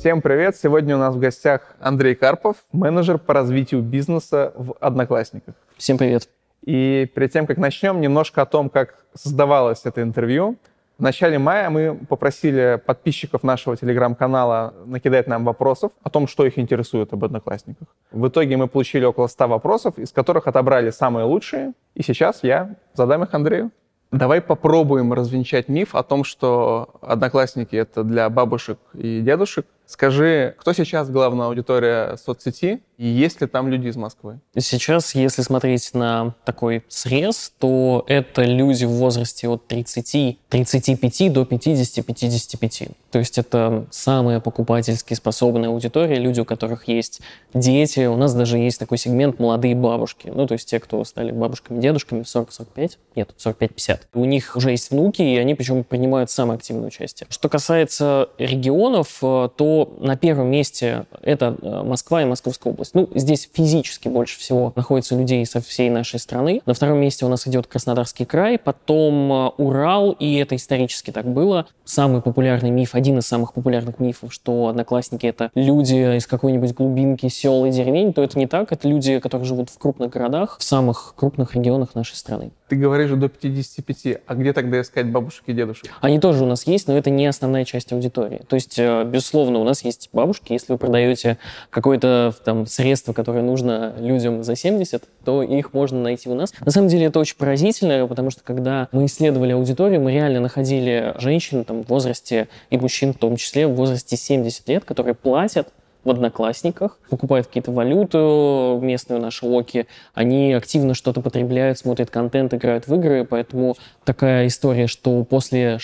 Всем привет! Сегодня у нас в гостях Андрей Карпов, менеджер по развитию бизнеса в Одноклассниках. Всем привет! И перед тем, как начнем, немножко о том, как создавалось это интервью. В начале мая мы попросили подписчиков нашего телеграм-канала накидать нам вопросов о том, что их интересует об Одноклассниках. В итоге мы получили около 100 вопросов, из которых отобрали самые лучшие. И сейчас я задам их Андрею. Давай попробуем развенчать миф о том, что Одноклассники — это для бабушек и дедушек. Скажи, кто сейчас главная аудитория соцсети и есть ли там люди из Москвы? Сейчас, если смотреть на такой срез, то это люди в возрасте от 30-35 до 50-55. То есть это самая покупательски способная аудитория, люди, у которых есть дети. У нас даже есть такой сегмент «молодые бабушки». Ну, то есть те, кто стали бабушками, дедушками в 40-45, нет, в 45-50. У них уже есть внуки, и они причем принимают самое активное участие. Что касается регионов, то на первом месте это Москва и Московская область. Ну, здесь физически больше всего находится людей со всей нашей страны. На втором месте у нас идет Краснодарский край, потом Урал, и это исторически так было. Самый популярный миф, один из самых популярных мифов, что Одноклассники — это люди из какой-нибудь глубинки сел и деревень, то это не так. Это люди, которые живут в крупных городах, в самых крупных регионах нашей страны. Ты говоришь до 55, а где тогда искать бабушек и дедушек? Они тоже у нас есть, но это не основная часть аудитории. То есть, безусловно, у нас есть бабушки. Если вы продаете какое-то там средство, которое нужно людям за 70, то их можно найти у нас. На самом деле это очень поразительно, потому что когда мы исследовали аудиторию, мы реально находили женщин там, в возрасте, и мужчин в том числе, в возрасте 70 лет, которые платят в Одноклассниках, покупают какие-то валюту, местную наши оки, они активно что-то потребляют, смотрят контент, играют в игры, поэтому такая история, что после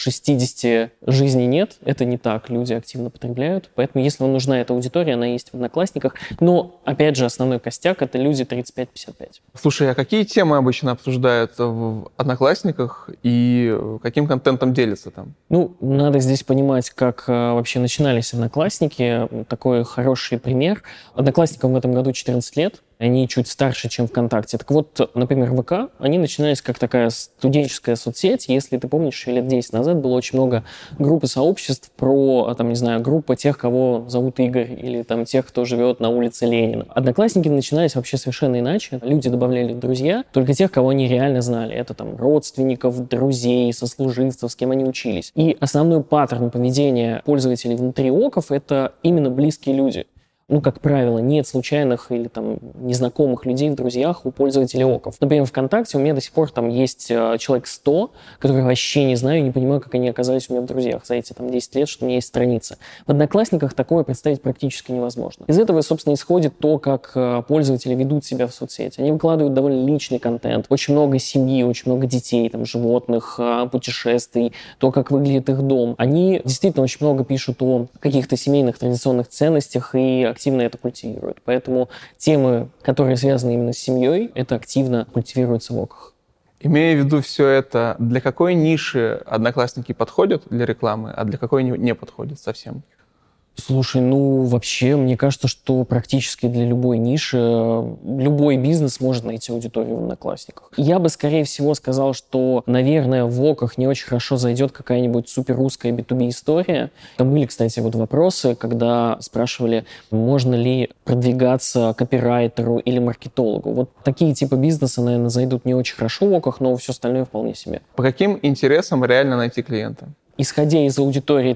60 жизни нет, это не так, люди активно потребляют, поэтому если вам нужна эта аудитория, она есть в Одноклассниках, но, опять же, основной костяк — это люди 35-55. Слушай, а какие темы обычно обсуждают в Одноклассниках и каким контентом делятся там? Ну, надо здесь понимать, как вообще начинались Одноклассники, такой хороший пример. Одноклассникам в этом году 14 лет, они чуть старше, чем ВКонтакте. Так вот, например, ВК, они начинались как такая студенческая соцсеть. Если ты помнишь, лет 10 назад было очень много групп и сообществ про, там, не знаю, группа тех, кого зовут Игорь, или там тех, кто живет на улице Ленина. Одноклассники начинались вообще совершенно иначе. Люди добавляли в друзья только тех, кого они реально знали. Это там родственников, друзей, сослуживцев, с кем они учились. И основной паттерн поведения пользователей внутри оков — это именно близкие люди. Ну, как правило, нет случайных или там незнакомых людей в друзьях у пользователей оков. Например, ВКонтакте у меня до сих пор там есть человек 100, которых вообще не знаю и не понимаю, как они оказались у меня в друзьях за эти там 10 лет, что у меня есть страница. В Одноклассниках такое представить практически невозможно. Из этого, собственно, исходит то, как пользователи ведут себя в соцсети. Они выкладывают довольно личный контент, очень много семьи, очень много детей, там, животных, путешествий, то, как выглядит их дом. Они действительно очень много пишут о каких-то семейных традиционных ценностях и активно это культивируют. Поэтому темы, которые связаны именно с семьей, это активно культивируется в оках. Имея в виду все это, для какой ниши Одноклассники подходят для рекламы, а для какой не подходят совсем? Слушай, ну вообще, мне кажется, что практически для любой ниши любой бизнес может найти аудиторию в Одноклассниках. Я бы, скорее всего, сказал, что, наверное, в оках не очень хорошо зайдет какая-нибудь суперрусская B2B история. Там были, кстати, вот вопросы, когда спрашивали, можно ли продвигаться копирайтеру или маркетологу. Вот такие типы бизнеса, наверное, зайдут не очень хорошо в оках, но все остальное вполне себе. По каким интересам реально найти клиента? Исходя из аудитории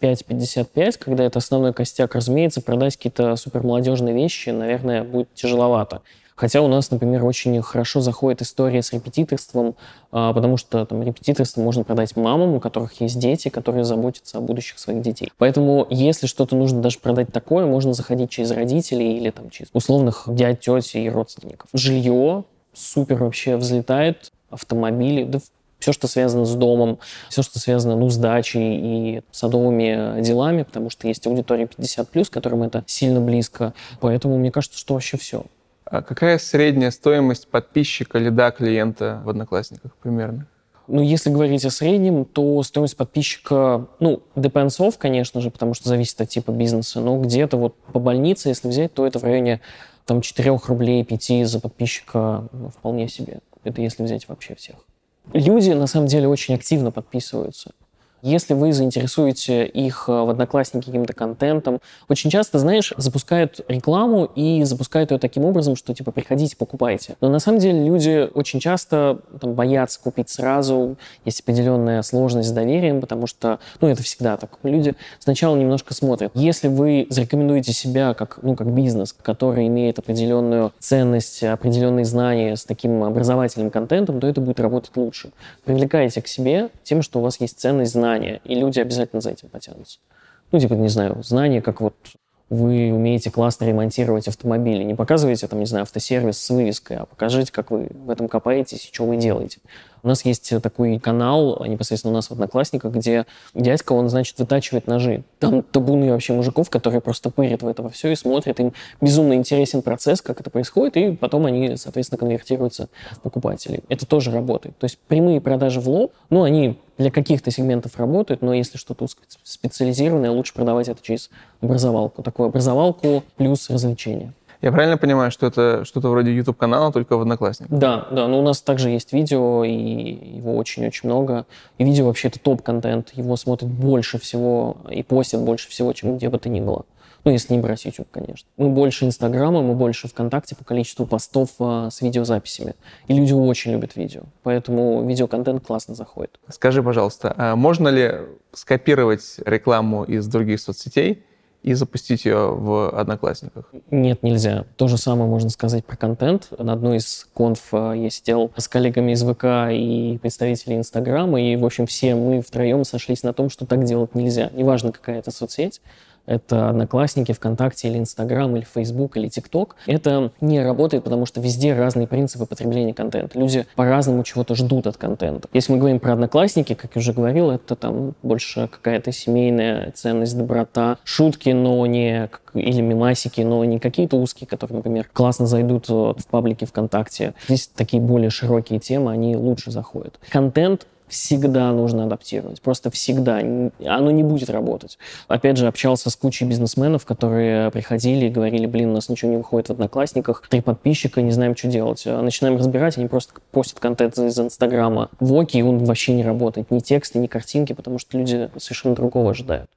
35-55, когда это основной костяк, разумеется, продать какие-то супермолодежные вещи, наверное, будет тяжеловато. Хотя у нас, например, очень хорошо заходит история с репетиторством, потому что там репетиторство можно продать мамам, у которых есть дети, которые заботятся о будущих своих детей. Поэтому, если что-то нужно даже продать такое, можно заходить через родителей или там через условных дядь, тети и родственников. Жилье супер вообще взлетает, автомобили, да все, что связано с домом, все, что связано, с дачей и садовыми делами, потому что есть аудитория 50+, которым это сильно близко. Поэтому мне кажется, что вообще все. А какая средняя стоимость подписчика, лида, клиента в Одноклассниках примерно? Ну, если говорить о среднем, то стоимость подписчика, depends off, конечно же, потому что зависит от типа бизнеса, но где-то вот по больнице, если взять, то это в районе там 4 рублей, 5 за подписчика вполне себе. Это если взять вообще всех. Люди, на самом деле, очень активно подписываются. Если вы заинтересуете их в Одноклассники каким-то контентом, очень часто, знаешь, запускают рекламу и запускают ее таким образом, что типа приходите, покупайте. Но на самом деле люди очень часто там, боятся купить сразу, есть определенная сложность с доверием, потому что, это всегда так. Люди сначала немножко смотрят. Если вы зарекомендуете себя как бизнес, который имеет определенную ценность, определенные знания с таким образовательным контентом, то это будет работать лучше. Привлекайте к себе тем, что у вас есть ценность знания, и люди обязательно за этим потянутся. Знания, как вот вы умеете классно ремонтировать автомобили. Не показывайте, автосервис с вывеской, а покажите, как вы в этом копаетесь и что вы делаете. У нас есть такой канал, непосредственно у нас в Одноклассниках, где дядька, он, вытачивает ножи. Там табуны вообще мужиков, которые просто пырят в это во все и смотрят. Им безумно интересен процесс, как это происходит, и потом они, соответственно, конвертируются в покупателей. Это тоже работает. То есть прямые продажи в лоб, они для каких-то сегментов работают, но если что-то специализированное, лучше продавать это через образовалку. Такую образовалку плюс развлечения. Я правильно понимаю, что это что-то вроде YouTube-канала, только в Одноклассниках? Да, но у нас также есть видео, и его очень-очень много. И видео вообще это топ-контент, его смотрят больше всего и постят больше всего, чем где бы то ни было. Если не брать YouTube, конечно. Мы больше Инстаграма, мы больше ВКонтакте по количеству постов с видеозаписями. И люди очень любят видео, поэтому видеоконтент классно заходит. Скажи, пожалуйста, а можно ли скопировать рекламу из других соцсетей и запустить ее в Одноклассниках? Нет, нельзя. То же самое можно сказать про контент. На одной из конф я сидел с коллегами из ВК и представителей Инстаграма, и, в общем, все мы втроем сошлись на том, что так делать нельзя. Неважно, какая это соцсеть. Это Одноклассники, ВКонтакте или Инстаграм, или Фейсбук, или ТикТок. Это не работает, потому что везде разные принципы потребления контента. Люди по-разному чего-то ждут от контента. Если мы говорим про Одноклассники, как я уже говорил, это там больше какая-то семейная ценность, доброта, шутки, но не или мемасики, но не какие-то узкие, которые, например, классно зайдут в паблике ВКонтакте. Здесь такие более широкие темы, они лучше заходят. Контент всегда нужно адаптировать. Просто всегда. Оно не будет работать. Опять же, общался с кучей бизнесменов, которые приходили и говорили, у нас ничего не выходит в Одноклассниках, 3 подписчика, не знаем, что делать. Начинаем разбирать, они просто постят контент из Инстаграма в Оки, и он вообще не работает. Ни тексты, ни картинки, потому что люди совершенно другого ожидают.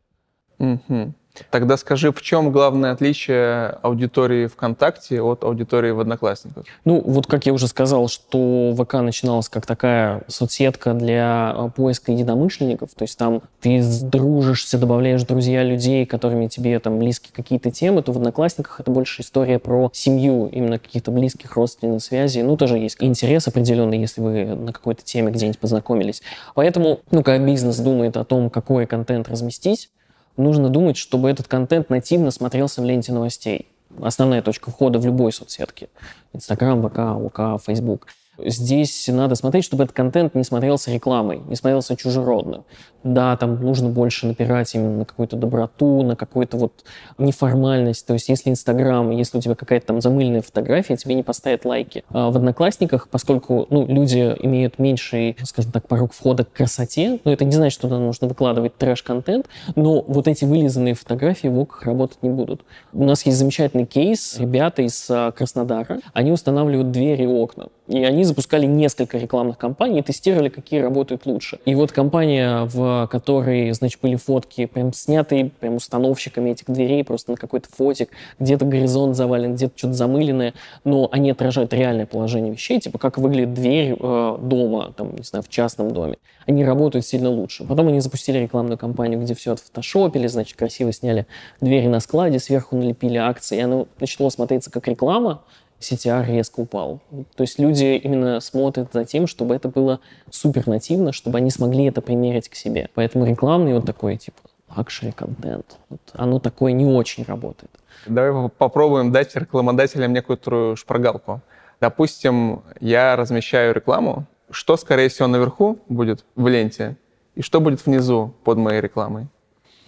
Угу. Тогда скажи, в чем главное отличие аудитории ВКонтакте от аудитории в Одноклассниках? Как я уже сказал, что ВК начиналась как такая соцсетка для поиска единомышленников, то есть там ты дружишься, добавляешь в друзья людей, которыми тебе там близки какие-то темы, то в Одноклассниках это больше история про семью, именно каких-то близких родственных связей. Тоже есть интерес определенный, если вы на какой-то теме где-нибудь познакомились. Поэтому, когда бизнес думает о том, какой контент разместить, нужно думать, чтобы этот контент нативно смотрелся в ленте новостей. Основная точка входа в любой соцсетке. Инстаграм, ВК, ОК, Фейсбук. Здесь надо смотреть, чтобы этот контент не смотрелся рекламой, не смотрелся чужеродно. Да, там нужно больше напирать именно на какую-то доброту, на какую-то неформальность. То есть если Инстаграм, если у тебя какая-то там замыленная фотография, тебе не поставят лайки. А в Одноклассниках, поскольку люди имеют меньший, скажем так, порог входа к красоте, это не значит, что туда нужно выкладывать трэш-контент, но эти вылизанные фотографии в ОКах работать не будут. У нас есть замечательный кейс. Ребята из Краснодара, они устанавливают двери и окна. И они запускали несколько рекламных кампаний и тестировали, какие работают лучше. И компания, в которой, были фотки прям снятые прям установщиками этих дверей, просто на какой-то фотик, где-то горизонт завален, где-то что-то замыленное, но они отражают реальное положение вещей, как выглядит дверь дома, в частном доме. Они работают сильно лучше. Потом они запустили рекламную кампанию, где все отфотошопили, красиво сняли двери на складе, сверху налепили акции, и оно начало смотреться как реклама, CTR резко упал. То есть люди именно смотрят за тем, чтобы это было супер нативно, чтобы они смогли это примерить к себе. Поэтому рекламный такой, лакшери контент, оно такое не очень работает. Давай попробуем дать рекламодателям некоторую шпаргалку. Допустим, я размещаю рекламу. Что, скорее всего, наверху будет в ленте, и что будет внизу под моей рекламой?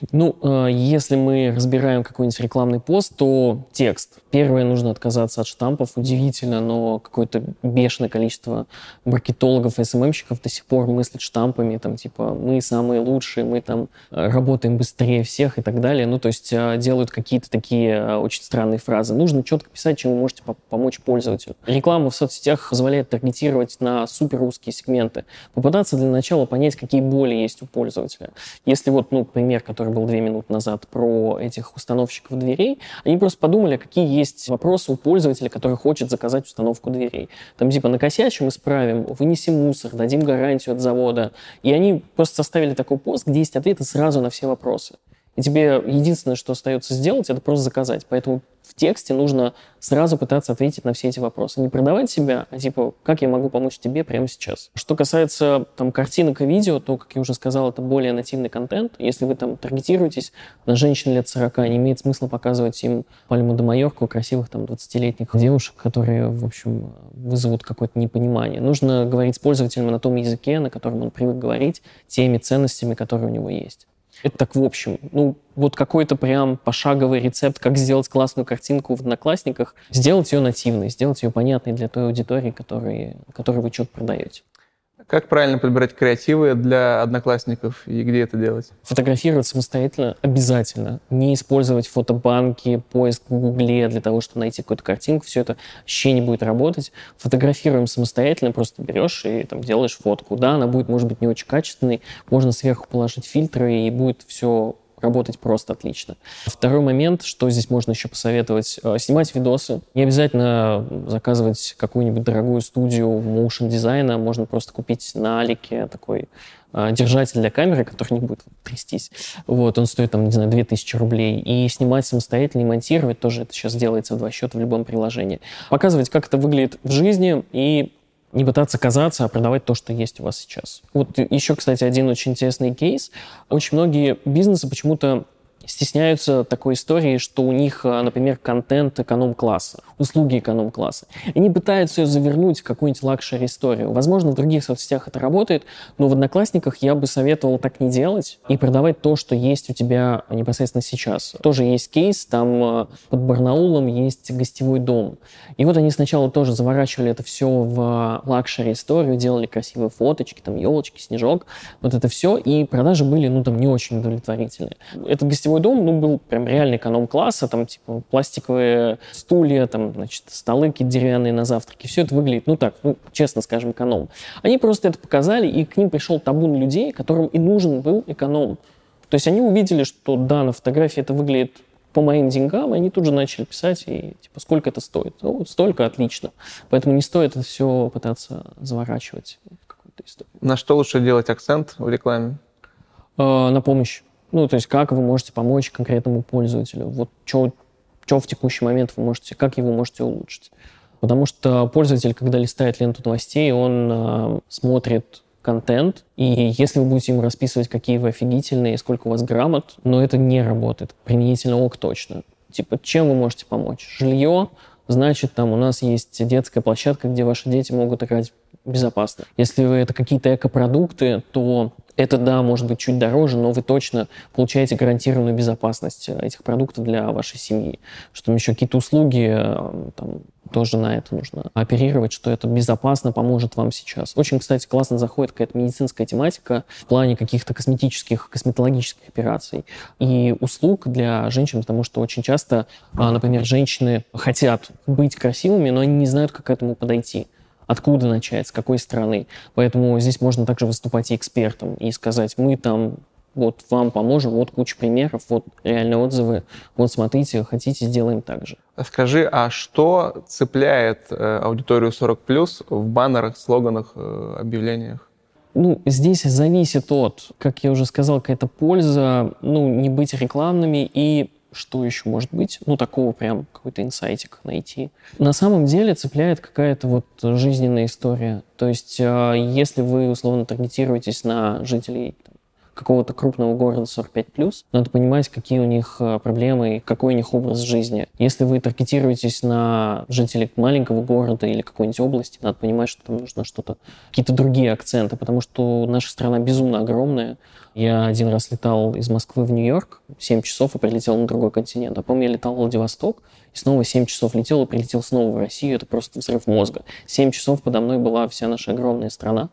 Если мы разбираем какой-нибудь рекламный пост, то текст. Первое, нужно отказаться от штампов. Удивительно, но какое-то бешеное количество маркетологов, СММщиков до сих пор мыслят штампами, там, типа, мы самые лучшие, мы там работаем быстрее всех и так далее. То есть делают какие-то такие очень странные фразы. Нужно четко писать, чем вы можете помочь пользователю. Реклама в соцсетях позволяет таргетировать на суперузкие сегменты. Попытаться для начала понять, какие боли есть у пользователя. Если пример, который был 2 минуты назад про этих установщиков дверей, они просто подумали, какие есть вопросы у пользователя, который хочет заказать установку дверей. Там типа накосячим, исправим, вынесем мусор, дадим гарантию от завода. И они просто составили такой пост, где есть ответы сразу на все вопросы. И тебе единственное, что остается сделать, это просто заказать. Поэтому в тексте нужно сразу пытаться ответить на все эти вопросы. Не продавать себя, а типа, как я могу помочь тебе прямо сейчас. Что касается картинок и видео, то, как я уже сказал, это более нативный контент. Если вы таргетируетесь на женщин лет 40, не имеет смысла показывать им Пальму де Майорку, красивых 20-летних девушек, которые, в общем, вызовут какое-то непонимание. Нужно говорить с пользователем на том языке, на котором он привык говорить, теми ценностями, которые у него есть. Это так в общем. Какой-то прям пошаговый рецепт, как сделать классную картинку в Одноклассниках, сделать ее нативной, сделать ее понятной для той аудитории, которой вы что-то продаете. Как правильно подбирать креативы для Одноклассников и где это делать? Фотографировать самостоятельно обязательно. Не использовать фотобанки, поиск в Гугле для того, чтобы найти какую-то картинку. Все это вообще не будет работать. Фотографируем самостоятельно, просто берешь и делаешь фотку. Да, она будет, может быть, не очень качественной. Можно сверху положить фильтры, и будет все работать просто отлично. Второй момент, что здесь можно еще посоветовать, снимать видосы. Не обязательно заказывать какую-нибудь дорогую студию моушн дизайна, можно просто купить на Алике такой держатель для камеры, который не будет трястись. Он стоит, 2000 рублей. И снимать самостоятельно и монтировать тоже это сейчас делается в 2 счета в любом приложении. Показывать, как это выглядит в жизни и не пытаться казаться, а продавать то, что есть у вас сейчас. Еще, кстати, один очень интересный кейс. Очень многие бизнесы почему-то стесняются такой истории, что у них, например, контент эконом-класса, услуги эконом-класса. Они пытаются ее завернуть в какую-нибудь лакшери-историю. Возможно, в других соцсетях это работает, но в Одноклассниках я бы советовал так не делать и продавать то, что есть у тебя непосредственно сейчас. Тоже есть кейс, там под Барнаулом есть гостевой дом. И они сначала тоже заворачивали это все в лакшери-историю, делали красивые фоточки, елочки, снежок, это все, и продажи были, не очень удовлетворительные. Этот гостевой дом, был прям реально эконом-класса, пластиковые стулья, столы какие-то деревянные на завтраки. Все это выглядит, честно скажем, эконом. Они просто это показали, и к ним пришел табун людей, которым и нужен был эконом. То есть они увидели, что да, на фотографии это выглядит по моим деньгам, и они тут же начали писать, и сколько это стоит? Столько, отлично. Поэтому не стоит это все пытаться заворачивать в какую-то историю. На что лучше делать акцент в рекламе? На помощь. То есть как вы можете помочь конкретному пользователю? Что в текущий момент как его можете улучшить? Потому что пользователь, когда листает ленту новостей, он смотрит контент, и если вы будете ему расписывать, какие вы офигительные, сколько у вас грамот, но это не работает. Применительно ок точно. Чем вы можете помочь? Жилье, значит, у нас есть детская площадка, где ваши дети могут играть безопасно. Если это какие-то экопродукты, то это, да, может быть чуть дороже, но вы точно получаете гарантированную безопасность этих продуктов для вашей семьи. Что там еще какие-то услуги, тоже на это нужно оперировать, что это безопасно поможет вам сейчас. Очень, кстати, классно заходит какая-то медицинская тематика в плане каких-то косметологических операций и услуг для женщин, потому что очень часто, например, женщины хотят быть красивыми, но они не знают, как к этому подойти. Откуда начать, с какой страны. Поэтому здесь можно также выступать и экспертом, и сказать, мы вам поможем, куча примеров, реальные отзывы, смотрите, хотите, сделаем так же. Скажи, а что цепляет аудиторию 40+, в баннерах, слоганах, объявлениях? Здесь зависит от, как я уже сказал, какая-то польза, не быть рекламными и что еще может быть? Такого прям какой-то инсайтик найти. На самом деле цепляет какая-то жизненная история. То есть, если вы условно таргетируетесь на жителей какого-то крупного города 45+, надо понимать, какие у них проблемы и какой у них образ жизни. Если вы таргетируетесь на жителей маленького города или какой-нибудь области, надо понимать, что там нужно что-то, какие-то другие акценты, потому что наша страна безумно огромная. Я один раз летал из Москвы в Нью-Йорк, 7 часов и прилетел на другой континент. А помню, я летал в Владивосток, и снова 7 часов летел и прилетел снова в Россию. Это просто взрыв мозга. 7 часов подо мной была вся наша огромная страна.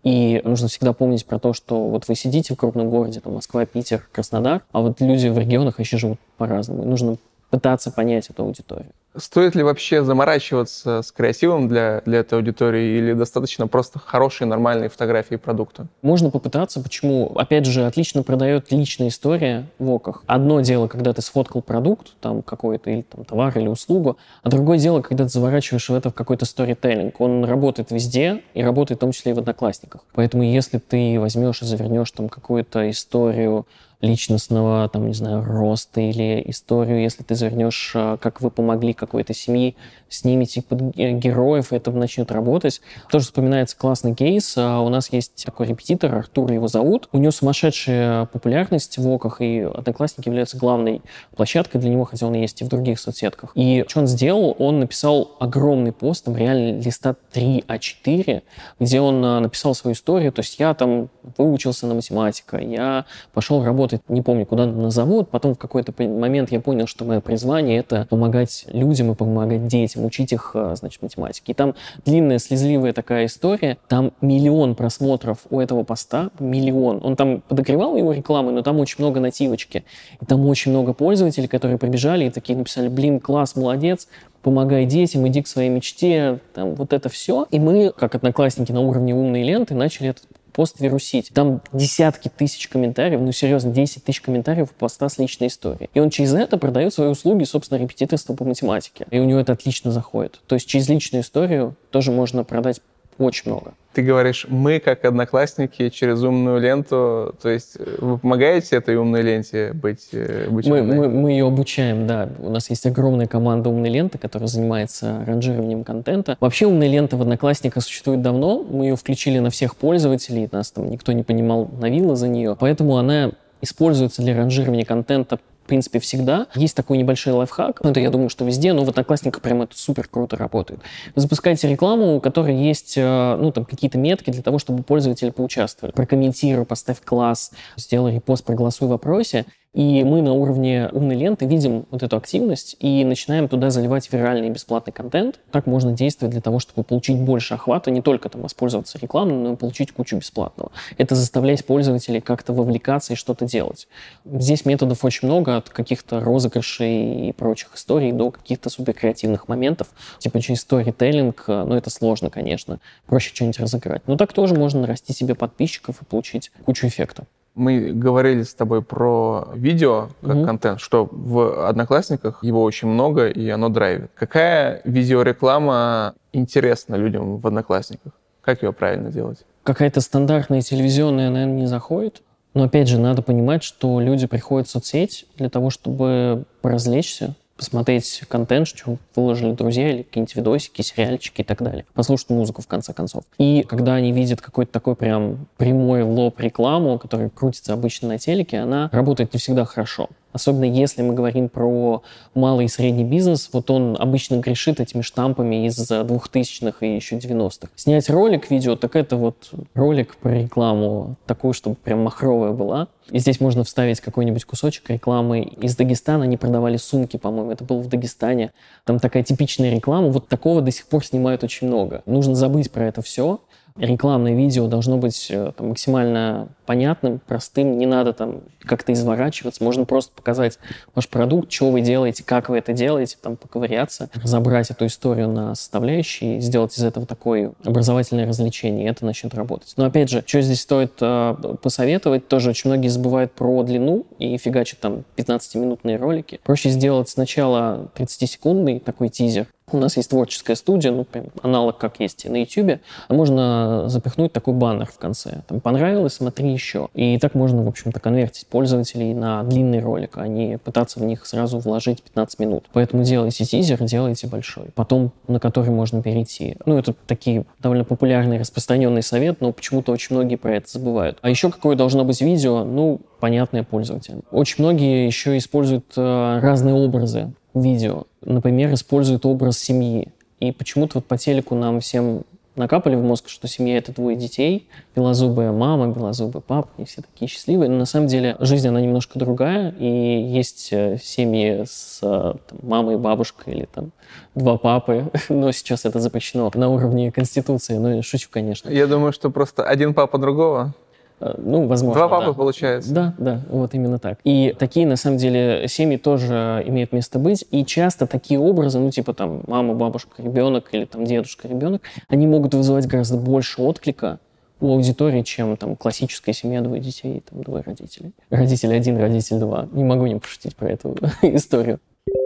И нужно всегда помнить про то, что вот вы сидите в крупном городе, там Москва, Питер, Краснодар, а вот люди в регионах еще живут по-разному. И нужно пытаться понять эту аудиторию. Стоит ли вообще заморачиваться с креативом для этой аудитории или достаточно просто хорошие, нормальные фотографии продукта? Можно попытаться. Почему? Опять же, отлично продает личная история в оках. Одно дело, когда ты сфоткал продукт, там какой-то или там товар или услугу, а другое дело, когда ты заворачиваешь в это в какой-то сторителлинг. Он работает везде и работает в том числе и в Одноклассниках. Поэтому если ты возьмешь и завернешь там какую-то историю личностного, там, не знаю, роста или историю, если ты завернешь, как вы помогли какой-то семье, снимете героев, это начнет работать. Тоже вспоминается классный кейс. У нас есть такой репетитор, Артур его зовут. У него сумасшедшая популярность в оках, и Одноклассники являются главной площадкой для него, хотя он и есть и в других соцсетках. И что он сделал? Он написал огромный пост, там реально листа 3 А4, где он написал свою историю. То есть я там выучился на математика, я пошел работать, не помню, куда на завод. Потом в какой-то момент я понял, что мое призвание — это помогать людям и помогать детям, учить их, значит, математике. И там длинная, слезливая такая история. Там 1 миллион просмотров у этого поста. 1 миллион. Он там подогревал его рекламой, но там очень много нативочки. И там очень много пользователей, которые прибежали и такие написали: блин, класс, молодец, помогай детям, иди к своей мечте, там вот это все. И мы, как Одноклассники на уровне умной ленты, начали этот пост вирусить. Там десятки тысяч комментариев, ну серьезно, 10 тысяч комментариев у поста с личной историей. И он через это продает свои услуги, собственно, репетиторство по математике. И у него это отлично заходит. То есть через личную историю тоже можно продать очень много. Ты говоришь, мы, как Одноклассники, через умную ленту, то есть вы помогаете этой умной ленте быть умной? Мы ее обучаем, да. У нас есть огромная команда умной ленты, которая занимается ранжированием контента. Вообще умная лента в Одноклассниках существует давно. Мы ее включили на всех пользователей, нас там никто не понимал навила за нее. Поэтому она используется для ранжирования контента в принципе, всегда. Есть такой небольшой лайфхак, это, я думаю, что везде, но в Одноклассниках прям это супер круто работает. Вы запускаете рекламу, у которой есть, ну, там, какие-то метки для того, чтобы пользователи поучаствовали. Прокомментируй, поставь класс, сделай репост, проголосуй в вопросе. И мы на уровне умной ленты видим вот эту активность и начинаем туда заливать виральный и бесплатный контент. Так можно действовать для того, чтобы получить больше охвата, не только там воспользоваться рекламой, но и получить кучу бесплатного. Это заставлять пользователей как-то вовлекаться и что-то делать. Здесь методов очень много, от каких-то розыгрышей и прочих историй до каких-то суперкреативных моментов. Типа через сторителлинг, ну это сложно, конечно. Проще что-нибудь разыграть. Но так тоже можно нарасти себе подписчиков и получить кучу эффекта. Мы говорили с тобой про видео как контент, что в Одноклассниках его очень много, и оно драйвит. Какая видеореклама интересна людям в Одноклассниках? Как ее правильно делать? Какая-то стандартная телевизионная, наверное, не заходит. Но, опять же, надо понимать, что люди приходят в соцсеть для того, чтобы поразвлечься, посмотреть контент, что выложили друзья, или какие-нибудь видосики, сериальчики и так далее. Послушать музыку, в конце концов. И когда они видят какой-то такой прям прямой в лоб рекламу, которая крутится обычно на телеке, она работает не всегда хорошо. Особенно если мы говорим про малый и средний бизнес, вот он обычно грешит этими штампами из 2000-х и еще 90-х. Снять ролик, видео, так это вот ролик про рекламу, такую, чтобы прям махровая была. И здесь можно вставить какой-нибудь кусочек рекламы. Из Дагестана они продавали сумки, по-моему, это было в Дагестане. Там такая типичная реклама, вот такого до сих пор снимают очень много. Нужно забыть про это все. Рекламное видео должно быть там максимально понятным, простым, не надо там как-то изворачиваться, можно просто показать ваш продукт, что вы делаете, как вы это делаете, там поковыряться, разобрать эту историю на составляющие, сделать из этого такое образовательное развлечение, и это начнет работать. Но опять же, что здесь стоит посоветовать, тоже очень многие забывают про длину и фигачат там 15-минутные ролики. Проще сделать сначала 30-секундный такой тизер, У нас есть творческая студия, ну, прям аналог, как есть на YouTube, а можно запихнуть такой баннер в конце. Там понравилось, смотри еще. И так можно, в общем-то, конвертить пользователей на длинный ролик, а не пытаться в них сразу вложить 15 минут. Поэтому делайте тизер, делайте большой. Потом, на который можно перейти. Ну, это такие довольно популярный, распространенный совет, но почему-то очень многие про это забывают. А еще какое должно быть видео? Ну, понятное пользователям. Очень многие еще используют разные образы видео. Например, используют образ семьи. И почему-то вот по телеку нам всем накапали в мозг, что семья — это двое детей, белозубая мама, белозубый папа, и все такие счастливые. Но на самом деле жизнь, она немножко другая, и есть семьи с мамой, бабушкой или там два папы, но сейчас это запрещено на уровне Конституции, ну, шучу, конечно. Я думаю, что просто один папа другого. Ну, возможно, два папы, да. Получается. Да, вот именно так. И такие, на самом деле, семьи тоже имеют место быть. И часто такие образы, ну, типа там мама, бабушка, ребенок или там дедушка, ребенок, они могут вызывать гораздо больше отклика у аудитории, чем там классическая семья, двое детей, там двое родителей. Родитель один, родитель два. Не могу не пошутить про эту историю.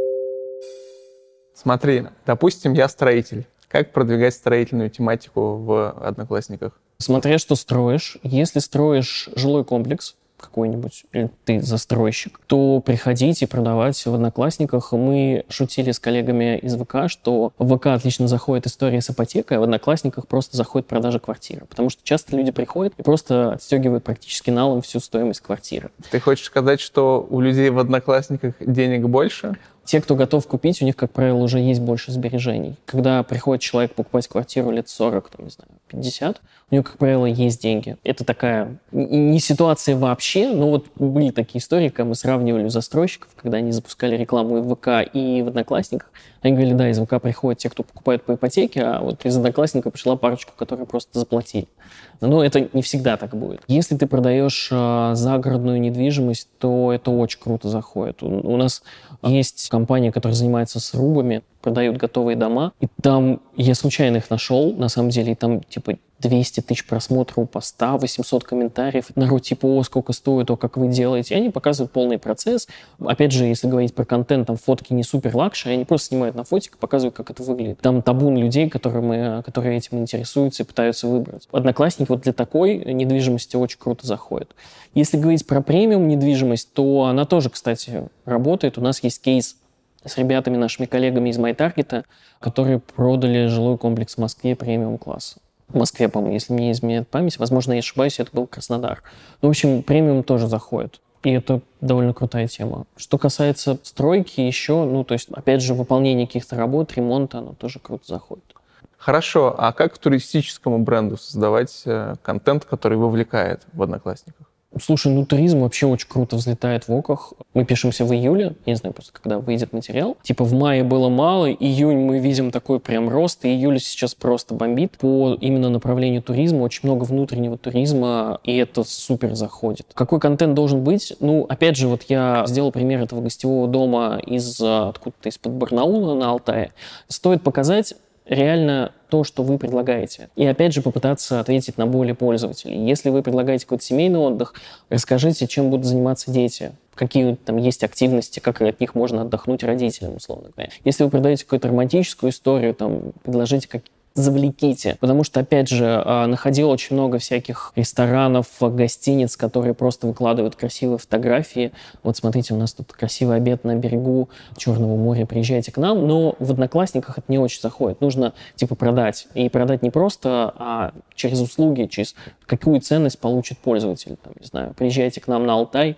Смотри, допустим, я строитель. Как продвигать строительную тематику в Одноклассниках? Смотря что строишь. Если строишь жилой комплекс какой-нибудь, или ты застройщик, то приходите продавать в Одноклассниках. Мы шутили с коллегами из ВК, что в ВК отлично заходит история с ипотекой, а в Одноклассниках просто заходит продажа квартиры. Потому что часто люди приходят и просто отстегивают практически налом всю стоимость квартиры. Ты хочешь сказать, что у людей в Одноклассниках денег больше? Те, кто готов купить, у них, как правило, уже есть больше сбережений. Когда приходит человек покупать квартиру лет 40, там, не знаю, 50, у него, как правило, есть деньги. Это такая не ситуация вообще, но вот были такие истории, когда мы сравнивали у застройщиков, когда они запускали рекламу и в ВК, и в Одноклассниках. Они говорили, да, из ВК приходят те, кто покупает по ипотеке, а вот из Одноклассников пришла парочка, которые просто заплатили. Но это не всегда так будет. Если ты продаешь загородную недвижимость, то это очень круто заходит. У нас есть компания, которая занимается срубами, продают готовые дома. И там я случайно их нашел, на самом деле, и там типа 200 тысяч просмотров у поста, 800 комментариев. Народ типа, о, сколько стоит, о, как вы делаете. И они показывают полный процесс. Опять же, если говорить про контент, там фотки не супер лакшери, они просто снимают на фотик, показывают, как это выглядит. Там табун людей, которые этим интересуются и пытаются выбрать. Одноклассники вот для такой недвижимости очень круто заходят. Если говорить про премиум недвижимость, то она тоже, кстати, работает. У нас есть кейс с ребятами, нашими коллегами из MyTarget, которые продали жилой комплекс в Москве премиум-класса. В Москве, по-моему, если мне не изменяет память. Возможно, я ошибаюсь, это был Краснодар. Ну, в общем, премиум тоже заходит. И это довольно крутая тема. Что касается стройки еще, ну, то есть, опять же, выполнение каких-то работ, ремонта, оно тоже круто заходит. Хорошо, а как туристическому бренду создавать контент, который вовлекает в Одноклассниках? Слушай, ну туризм вообще очень круто взлетает в ОКах. Мы пишемся в июле, я не знаю просто, когда выйдет материал. Типа в мае было мало, июнь мы видим такой прям рост, и июль сейчас просто бомбит. По именно направлению туризма очень много внутреннего туризма, и это супер заходит. Какой контент должен быть? Ну, опять же, вот я сделал пример этого гостевого дома откуда-то из-под Барнаула на Алтае. Стоит показать реально то, что вы предлагаете. И опять же попытаться ответить на боли пользователей. Если вы предлагаете какой-то семейный отдых, расскажите, чем будут заниматься дети, какие там есть активности, как от них можно отдохнуть родителям, условно говоря. Если вы продаете какую-то романтическую историю, там, предложите завлеките. Потому что, опять же, находил очень много всяких ресторанов, гостиниц, которые просто выкладывают красивые фотографии. Вот смотрите, у нас тут красивый обед на берегу Черного моря, приезжайте к нам. Но в Одноклассниках это не очень заходит. Нужно, типа, продать. И продать не просто, а через услуги, через какую ценность получит пользователь. Там, не знаю, приезжайте к нам на Алтай,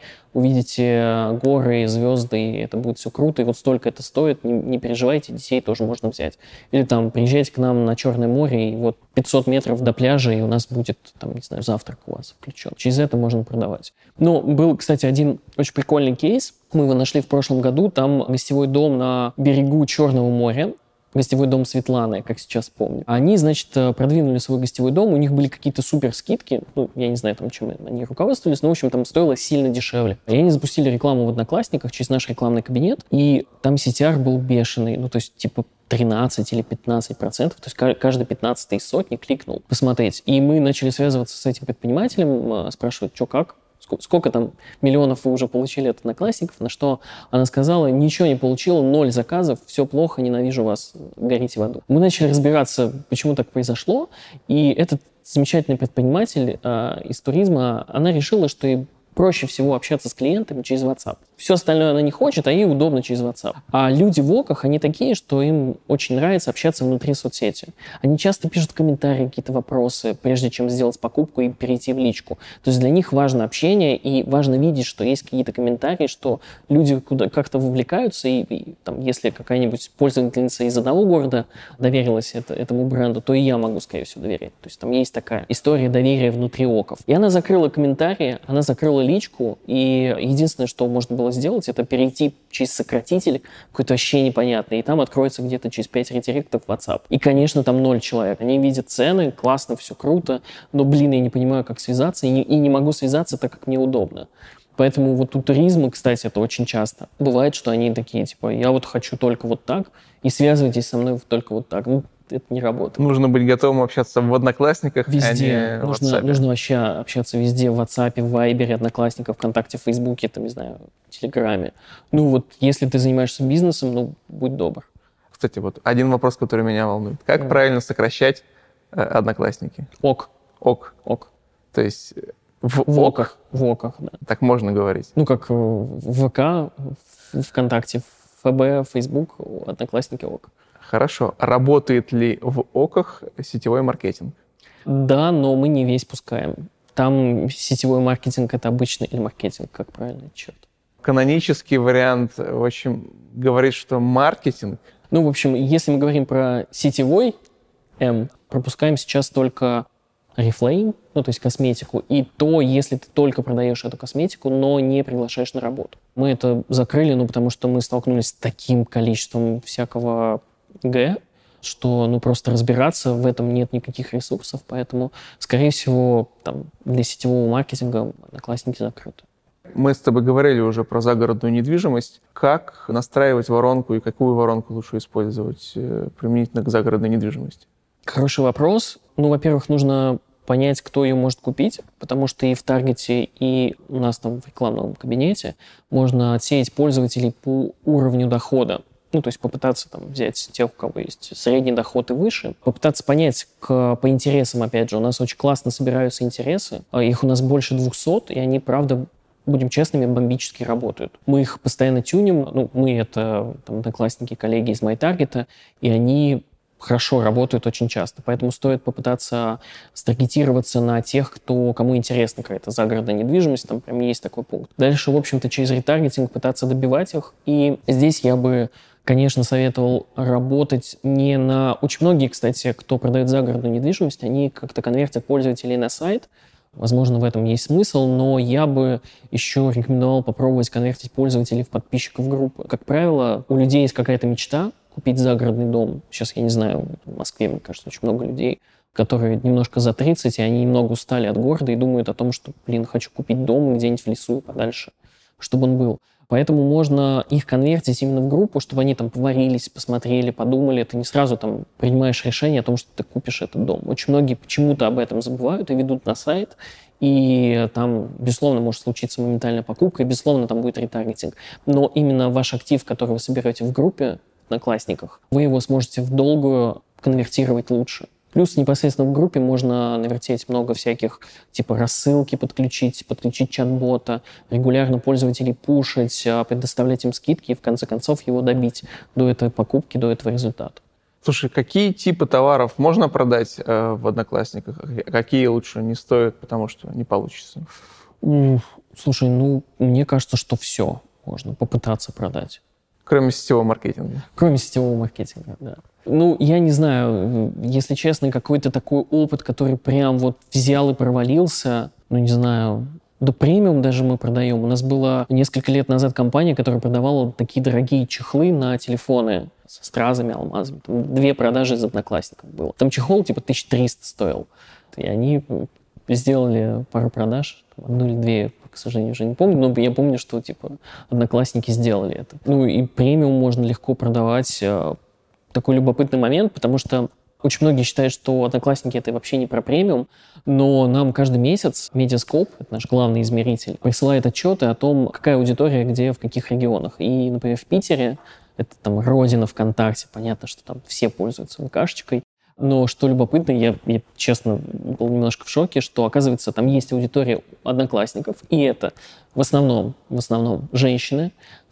увидите горы, звезды, и это будет все круто, и вот столько это стоит, не переживайте, детей тоже можно взять. Или там приезжайте к нам на Черное море, и вот 500 метров до пляжа, и у нас будет, там, не знаю, завтрак у вас включен. Через это можно продавать. Но был, кстати, один очень прикольный кейс. Мы его нашли в прошлом году. Там гостевой дом на берегу Черного моря. Гостевой дом Светланы, как сейчас помню. Они, значит, продвинули свой гостевой дом, у них были какие-то супер скидки, ну, я не знаю, там, чем они руководствовались, но, в общем, там стоило сильно дешевле. И они запустили рекламу в Одноклассниках через наш рекламный кабинет, и там CTR был бешеный, ну, то есть, типа, 13 или 15%, то есть каждый 15-й из сотни кликнул посмотреть. И мы начали связываться с этим предпринимателем, спрашивать, что как, сколько там миллионов вы уже получили от одноклассников, на что она сказала, ничего не получила, 0 заказов, все плохо, ненавижу вас, горите в аду. Мы начали разбираться, почему так произошло, и этот замечательный предприниматель из туризма, она решила, что ей проще всего общаться с клиентами через WhatsApp. Все остальное она не хочет, а ей удобно через WhatsApp. А люди в ОКах, они такие, что им очень нравится общаться внутри соцсети. Они часто пишут комментарии, какие-то вопросы, прежде чем сделать покупку и перейти в личку. То есть для них важно общение, и важно видеть, что есть какие-то комментарии, что люди как-то вовлекаются, и там, если какая-нибудь пользовательница из одного города доверилась этому бренду, то и я могу, скорее всего, доверять. То есть там есть такая история доверия внутри ОКов. И она закрыла комментарии, она закрыла личку, и единственное, что можно было сделать, это перейти через сократитель какой-то вообще непонятный, и там откроется где-то через 5 редиректов WhatsApp. И, конечно, там 0 человек. Они видят цены, классно, все круто, но, блин, я не понимаю, как связаться, и не могу связаться так, как мне удобно. Поэтому вот у туризма, кстати, это очень часто. Бывает, что они такие, типа, я вот хочу только вот так, и связывайтесь со мной только вот так. Ну, это не работает. Нужно быть готовым общаться в Одноклассниках, везде. А не в WhatsApp. Нужно вообще общаться везде, в WhatsApp, в Viber, Одноклассниках, ВКонтакте, в Фейсбуке, там, не знаю, в Телеграме. Ну вот, если ты занимаешься бизнесом, ну, будь добр. Кстати, вот один вопрос, который меня волнует. Как правильно сокращать Одноклассники? ок. То есть в ОКах, да. Так можно говорить? Ну, как в ВК, ВКонтакте, ФБ, Фейсбук, Одноклассники, ок. Хорошо. Работает ли в ОКах сетевой маркетинг? Да, но мы не весь пускаем. Там сетевой маркетинг — это обычный маркетинг, как правильно, черт. Канонический вариант, в общем, говорит, что маркетинг... Ну, в общем, если мы говорим про сетевой пропускаем сейчас только Oriflame, ну, то есть косметику, и то, если ты только продаешь эту косметику, но не приглашаешь на работу. Мы это закрыли, ну, потому что мы столкнулись с таким количеством всякого что, ну, просто разбираться в этом нет никаких ресурсов, поэтому, скорее всего, там, для сетевого маркетинга Одноклассники закрыты. Мы с тобой говорили уже про загородную недвижимость. Как настраивать воронку и какую воронку лучше использовать применительно к загородной недвижимости? Хороший вопрос. Ну, во-первых, нужно понять, кто ее может купить, потому что и в Таргете, и у нас там в рекламном кабинете можно отсеять пользователей по уровню дохода. Ну, то есть попытаться там взять тех, у кого есть средний доход и выше, попытаться понять по интересам, опять же. У нас очень классно собираются интересы, их у нас больше 200, и они, правда, будем честными, бомбически работают. Мы их постоянно тюним, ну, мы — это там одноклассники, коллеги из MyTarget, и они хорошо работают очень часто. Поэтому стоит попытаться старгетироваться на тех, кому интересна какая-то загородная недвижимость. Там прям есть такой пункт. Дальше, в общем-то, через ретаргетинг пытаться добивать их. И здесь я бы, конечно, советовал работать не на... Очень многие, кстати, кто продает загородную недвижимость, они как-то конвертят пользователей на сайт. Возможно, в этом есть смысл, но я бы еще рекомендовал попробовать конвертить пользователей в подписчиков группы. Как правило, у людей есть какая-то мечта купить загородный дом. Сейчас, я не знаю, в Москве, мне кажется, очень много людей, которые немножко за 30, и они немного устали от города и думают о том, что, хочу купить дом где-нибудь в лесу и подальше, чтобы он был. Поэтому можно их конвертить именно в группу, чтобы они там поварились, посмотрели, подумали. Ты не сразу там принимаешь решение о том, что ты купишь этот дом. Очень многие почему-то об этом забывают и ведут на сайт, и там, безусловно, может случиться моментальная покупка, и, безусловно, там будет ретаргетинг. Но именно ваш актив, который вы соберете в группе, в Одноклассниках, вы его сможете в долгую конвертировать лучше. Плюс непосредственно в группе можно навертеть много всяких, типа рассылки подключить чат-бота, регулярно пользователей пушить, предоставлять им скидки и в конце концов его добить до этой покупки, до этого результата. Слушай, какие типы товаров можно продать в Одноклассниках, а какие лучше не стоит, потому что не получится? Слушай, мне кажется, что все можно попытаться продать. Кроме сетевого маркетинга? Кроме сетевого маркетинга, да. Я не знаю, если честно, какой-то такой опыт, который прям вот взял и провалился, не знаю, до премиум даже мы продаем. У нас была несколько лет назад компания, которая продавала такие дорогие чехлы на телефоны со стразами, алмазами. Там 2 продажи из Одноклассников было. Там чехол типа 1300 стоил. И они сделали пару продаж, 1 или 2, к сожалению, уже не помню, но я помню, что Одноклассники сделали это. И премиум можно легко продавать. Такой любопытный момент, потому что Очень многие считают, что Одноклассники — это вообще не про премиум, но нам каждый месяц Media.Scope, это наш главный измеритель, присылает отчеты о том, какая аудитория где, в каких регионах. И, например, в Питере, это там родина ВКонтакте, понятно, что там все пользуются ВКшечкой. Но что любопытно, я честно был немножко в шоке, что, оказывается, там есть аудитория одноклассников, и это в основном женщины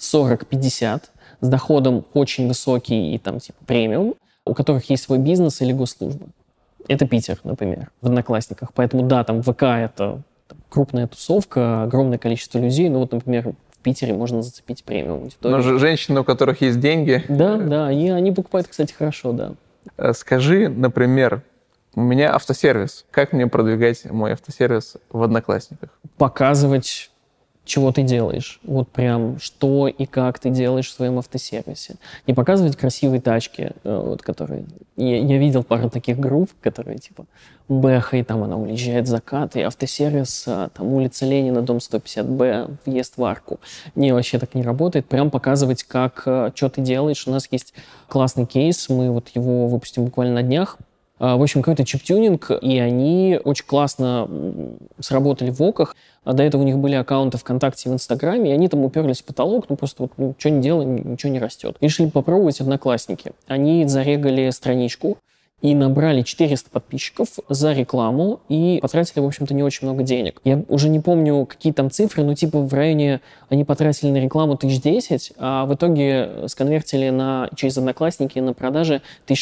40-50, с доходом очень высокий и там типа премиум, у которых есть свой бизнес или госслужба. Это Питер, например, в Одноклассниках. Поэтому да, там ВК — это крупная тусовка, огромное количество людей. Ну вот, например, в Питере можно зацепить премиум аудиторию. Но женщины, у которых есть деньги... Да, и они покупают, кстати, хорошо, да. Скажи, например, у меня автосервис. Как мне продвигать мой автосервис в Одноклассниках? Показывать, чего ты делаешь. Вот прям что и как ты делаешь в своем автосервисе. Не показывать красивые тачки, вот, которые... Я видел пару таких групп, которые типа Бэха, и там она уезжает в закат, и автосервис, там улица Ленина, дом 150Б, въезд в арку. Не, вообще так не работает. Прям показывать, как, что ты делаешь. У нас есть классный кейс, мы вот его выпустим буквально на днях. В общем, какой-то чип-тюнинг, и они очень классно сработали в ВОКах. До этого у них были аккаунты ВКонтакте и в Инстаграме, и они там уперлись в потолок, просто что не делаем, ничего не растет. Решили попробовать Одноклассники. Они зарегали страничку и набрали 400 подписчиков за рекламу и потратили, в общем-то, не очень много денег. Я уже не помню, какие там цифры, но типа в районе они потратили на рекламу 1010, а в итоге сконвертили через Одноклассники на продаже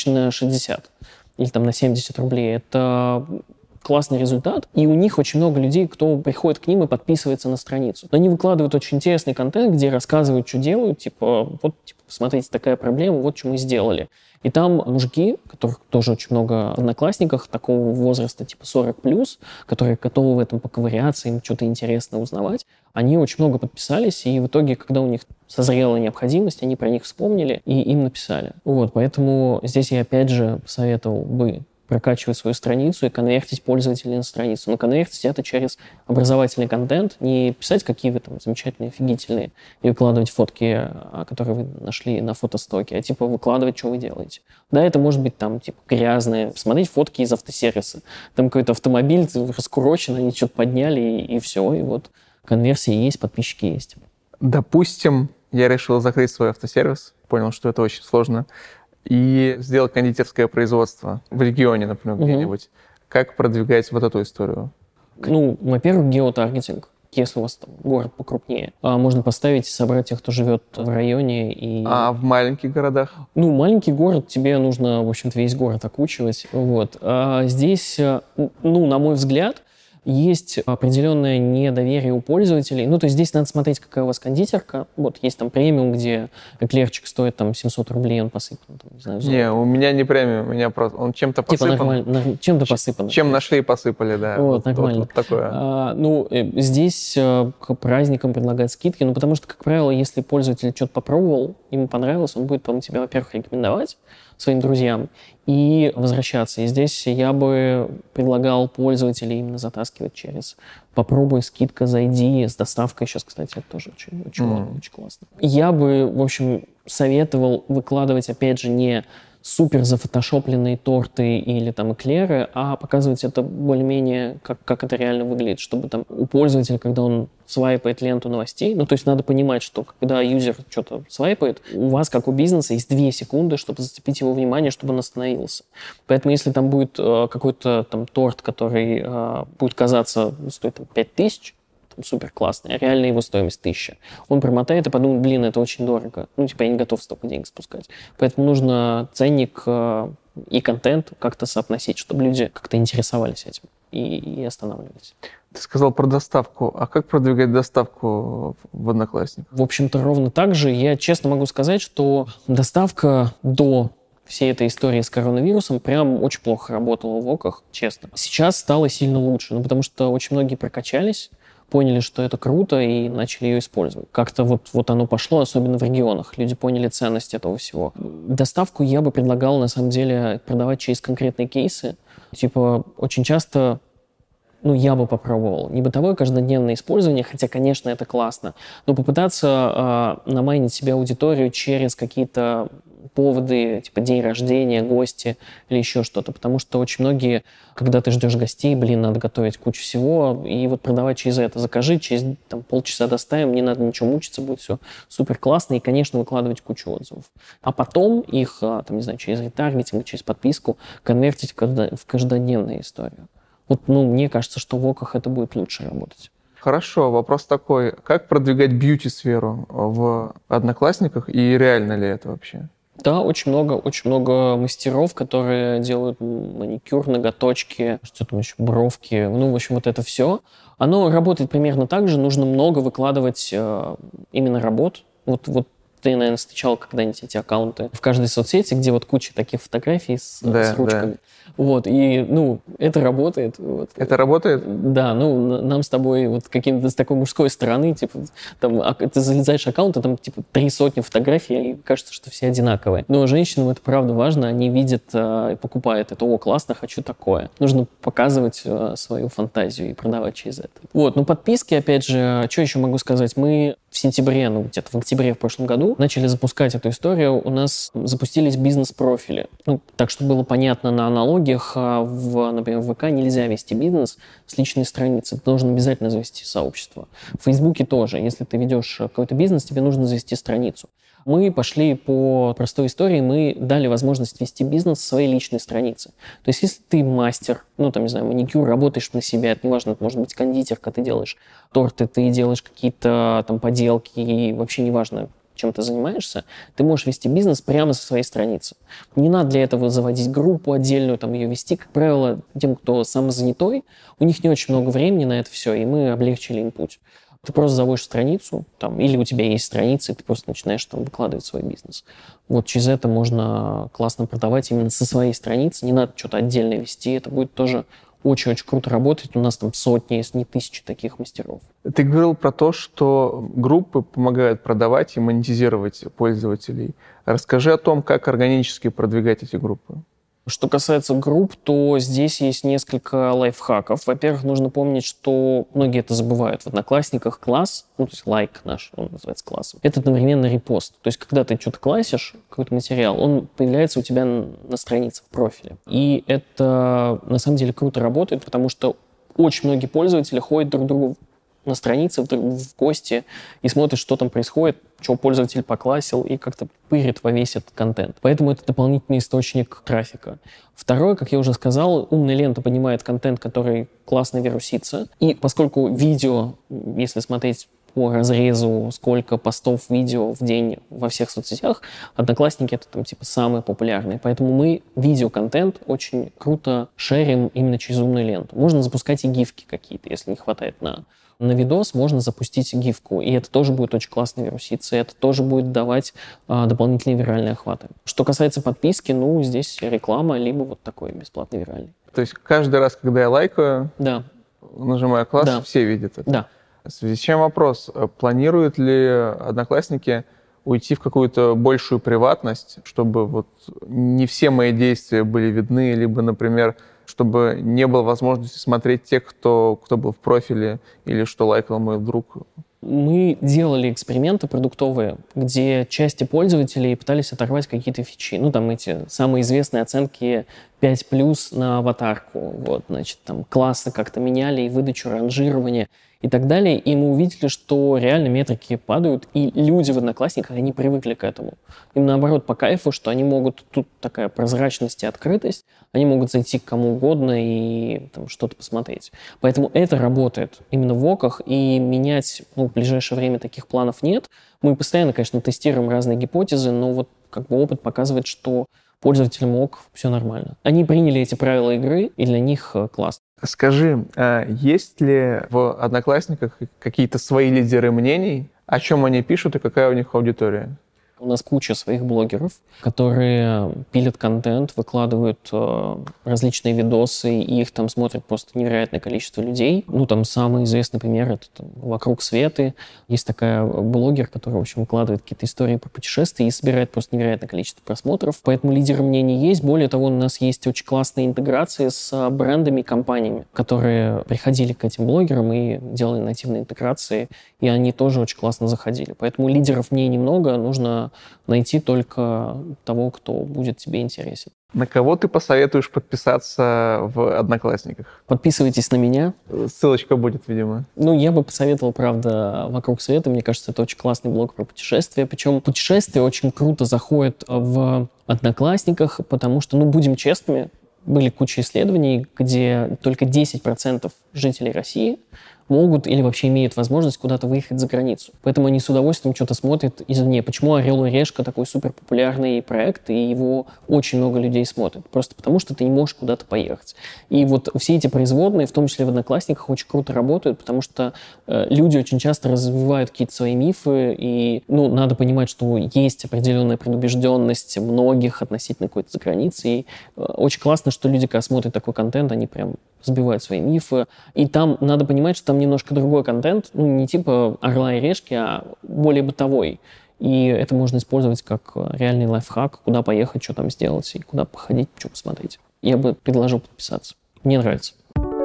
1060 или там на 70 рублей. Это классный результат, и у них очень много людей, кто приходит к ним и подписывается на страницу. Но они выкладывают очень интересный контент, где рассказывают, что делают, посмотрите, такая проблема, вот что мы сделали. И там мужики, которых тоже очень много в Одноклассниках, такого возраста, типа 40+, которые готовы в этом поковыряться, им что-то интересно узнавать, они очень много подписались, и в итоге, когда у них созрела необходимость, они про них вспомнили и им написали. Вот, поэтому здесь я опять же посоветовал бы прокачивать свою страницу и конвертить пользователей на страницу. Но конвертить это через образовательный контент, не писать, какие вы там замечательные, офигительные, и выкладывать фотки, которые вы нашли на фотостоке, а выкладывать, что вы делаете. Да, это может быть там грязное, посмотреть фотки из автосервиса. Там какой-то автомобиль раскурочен, они что-то подняли, и все, и вот конверсии есть, подписчики есть. Допустим, я решил закрыть свой автосервис, понял, что это очень сложно, и сделать кондитерское производство в регионе, например, где-нибудь. Как продвигать вот эту историю? Во-первых, геотаргетинг. Если у вас там город покрупнее, можно поставить и собрать тех, кто живет в районе. А в маленьких городах? Маленький город, тебе нужно, в общем-то, весь город окучивать. Вот. А здесь, на мой взгляд, есть определенное недоверие у пользователей. То есть здесь надо смотреть, какая у вас кондитерка. Вот есть там премиум, где эклерчик стоит там 700 рублей, он посыпан. Там, не знаю, не, у меня не премиум, у меня просто он чем-то посыпан. Нормально, чем-то посыпан. Чем нашли, посыпали, да. Вот нормально. Вот такое. Здесь к праздникам предлагают скидки, потому что, как правило, если пользователь что-то попробовал, ему понравилось, он будет, по-моему, тебя, во-первых, рекомендовать своим друзьям и возвращаться. И здесь я бы предлагал пользователей именно затаскивать через «попробуй», «скидка», «зайди», с доставкой сейчас, кстати, это тоже очень классно. Я бы, в общем, советовал выкладывать, опять же, не супер зафотошопленные торты или там эклеры, а показывать это более-менее, как это реально выглядит, чтобы там у пользователя, когда он свайпает ленту новостей, то есть надо понимать, что когда юзер что-то свайпает, у вас, как у бизнеса, есть 2 секунды, чтобы зацепить его внимание, чтобы он остановился. Поэтому если там будет какой-то там торт, который будет казаться, стоит 5000, супер классный, а реально его стоимость 1000. Он промотает и подумает, это очень дорого. Я не готов столько денег спускать. Поэтому нужно ценник и контент как-то соотносить, чтобы люди как-то интересовались этим и останавливались. Ты сказал про доставку. А как продвигать доставку в Одноклассниках? В общем-то, ровно так же. Я честно могу сказать, что доставка до всей этой истории с коронавирусом прям очень плохо работала в ВОКах, честно. Сейчас стало сильно лучше, потому что очень многие прокачались, поняли, что это круто, и начали ее использовать. Как-то вот оно пошло, особенно в регионах. Люди поняли ценность этого всего. Доставку я бы предлагал, на самом деле, продавать через конкретные кейсы. Очень часто, я бы попробовал. Не бытовое каждодневное использование, хотя, конечно, это классно, но попытаться намайнить себе аудиторию через какие-то поводы, типа день рождения, гости или еще что-то. Потому что очень многие, когда ты ждешь гостей, надо готовить кучу всего, и вот продавать через это. Закажи, через полчаса доставим, не надо ничего мучиться, будет все супер классно, и, конечно, выкладывать кучу отзывов. А потом их, через ретаргетинг, через подписку конвертить в каждодневную историю. Вот, мне кажется, что в ОКах это будет лучше работать. Хорошо, вопрос такой. Как продвигать бьюти-сферу в Одноклассниках и реально ли это вообще? Да, очень много мастеров, которые делают маникюр, ноготочки, что там еще, бровки. В общем, вот это все. Оно работает примерно так же. Нужно много выкладывать именно работ. Вот ты, наверное, встречал когда-нибудь эти аккаунты в каждой соцсети, где вот куча таких фотографий с ручками. Да. Вот, и, это работает. Вот. Это работает? Да, нам с тобой вот каким-то с такой мужской стороны, типа, ты залезаешь в аккаунт, там, 3 сотни фотографий, и кажется, что все одинаковые. Но женщинам это правда важно, они видят и покупают это. О, классно, хочу такое. Нужно показывать свою фантазию и продавать через это. Вот, подписки, опять же, что еще могу сказать? Мы в сентябре, где-то в октябре в прошлом году начали запускать эту историю. У нас запустились бизнес-профили. Так, чтобы было понятно на аналогиях, например, в ВК нельзя вести бизнес с личной страницы. Ты должен обязательно завести сообщество. В Фейсбуке тоже. Если ты ведешь какой-то бизнес, тебе нужно завести страницу. Мы пошли по простой истории, мы дали возможность вести бизнес с своей личной страницы. То есть, если ты мастер, маникюр, работаешь на себя, это неважно, это может быть кондитерка, ты делаешь торты, ты делаешь какие-то поделки, и вообще неважно, чем ты занимаешься, ты можешь вести бизнес прямо со своей страницы. Не надо для этого заводить группу отдельную, ее вести. Как правило, тем, кто самозанятой, у них не очень много времени на это все, и мы облегчили им путь. Ты просто заводишь страницу, или у тебя есть страница, и ты просто начинаешь выкладывать свой бизнес. Вот через это можно классно продавать именно со своей страницы. Не надо что-то отдельно вести, это будет тоже очень-очень круто работать. У нас сотни, если не тысячи таких мастеров. Ты говорил про то, что группы помогают продавать и монетизировать пользователей. Расскажи о том, как органически продвигать эти группы. Что касается групп, то здесь есть несколько лайфхаков. Во-первых, нужно помнить, что многие это забывают. В Одноклассниках класс, то есть лайк наш, он называется классом, это одновременно репост. То есть, когда ты что-то классишь, какой-то материал, он появляется у тебя на странице, в профиле. И это на самом деле круто работает, потому что очень многие пользователи ходят друг к другу на странице, в гости и смотрят, что там происходит, что пользователь поклассил, и как-то пырит во весь этот контент. Поэтому это дополнительный источник трафика. Второе, как я уже сказал, умная лента понимает контент, который классно вирусится. И поскольку видео, если смотреть по разрезу, сколько постов видео в день во всех соцсетях, Одноклассники — это самые популярные. Поэтому мы видеоконтент очень круто шерим именно через умную ленту. Можно запускать и гифки какие-то, если не хватает на видос, можно запустить гифку, и это тоже будет очень классно вируситься, и это тоже будет давать дополнительные виральные охваты. Что касается подписки, здесь реклама, либо вот такой бесплатный виральный. То есть каждый раз, когда я лайкаю, да, нажимаю класс, все видят это? Да. В связи с чем вопрос, планируют ли Одноклассники уйти в какую-то большую приватность, чтобы не все мои действия были видны, либо, например, чтобы не было возможности смотреть тех, кто был в профиле или что лайкал мой друг? Мы делали эксперименты продуктовые, где части пользователей пытались оторвать какие-то фичи. Эти самые известные оценки 5+ на аватарку. Классы как-то меняли и выдачу, ранжирование и так далее. И мы увидели, что реально метрики падают, и люди в Одноклассниках, они привыкли к этому. Им наоборот по кайфу, что они могут, тут такая прозрачность и открытость, они могут зайти к кому угодно и что-то посмотреть. Поэтому это работает именно в ОКах, и менять в ближайшее время таких планов нет. Мы постоянно, конечно, тестируем разные гипотезы, но опыт показывает, что пользователям ОК все нормально. Они приняли эти правила игры, и для них класс. Скажи, есть ли в Одноклассниках какие-то свои лидеры мнений, о чем они пишут и какая у них аудитория? У нас куча своих блогеров, которые пилят контент, выкладывают различные видосы, и их смотрят просто невероятное количество людей. Самый известный пример — это «Вокруг Светы». Есть такая блогер, которая, в общем, выкладывает какие-то истории про путешествия и собирает просто невероятное количество просмотров. Поэтому лидеры мнений есть. Более того, у нас есть очень классные интеграции с брендами и компаниями, которые приходили к этим блогерам и делали нативные интеграции, и они тоже очень классно заходили. Поэтому лидеров мнений много, нужно найти только того, кто будет тебе интересен. На кого ты посоветуешь подписаться в Одноклассниках? Подписывайтесь на меня. Ссылочка будет, видимо. Я бы посоветовал, правда, «Вокруг света». Мне кажется, это очень классный блог про путешествия. Причем путешествия очень круто заходят в Одноклассниках, потому что, будем честными, были куча исследований, где только 10% жителей России могут или вообще имеют возможность куда-то выехать за границу. Поэтому они с удовольствием что-то смотрят извне. Почему «Орел и решка» такой суперпопулярный проект, и его очень много людей смотрят? Просто потому, что ты не можешь куда-то поехать. И вот все эти производные, в том числе в Одноклассниках, очень круто работают, потому что люди очень часто развивают какие-то свои мифы, и надо понимать, что есть определенная предубежденность многих относительно какой-то заграницы. И очень классно, что люди, когда смотрят такой контент, они прям разбивают свои мифы. И там надо понимать, что там немножко другой контент, не типа «Орла и решки», а более бытовой. И это можно использовать как реальный лайфхак, куда поехать, что там сделать, и куда походить, что посмотреть. Я бы предложил подписаться. Мне нравится.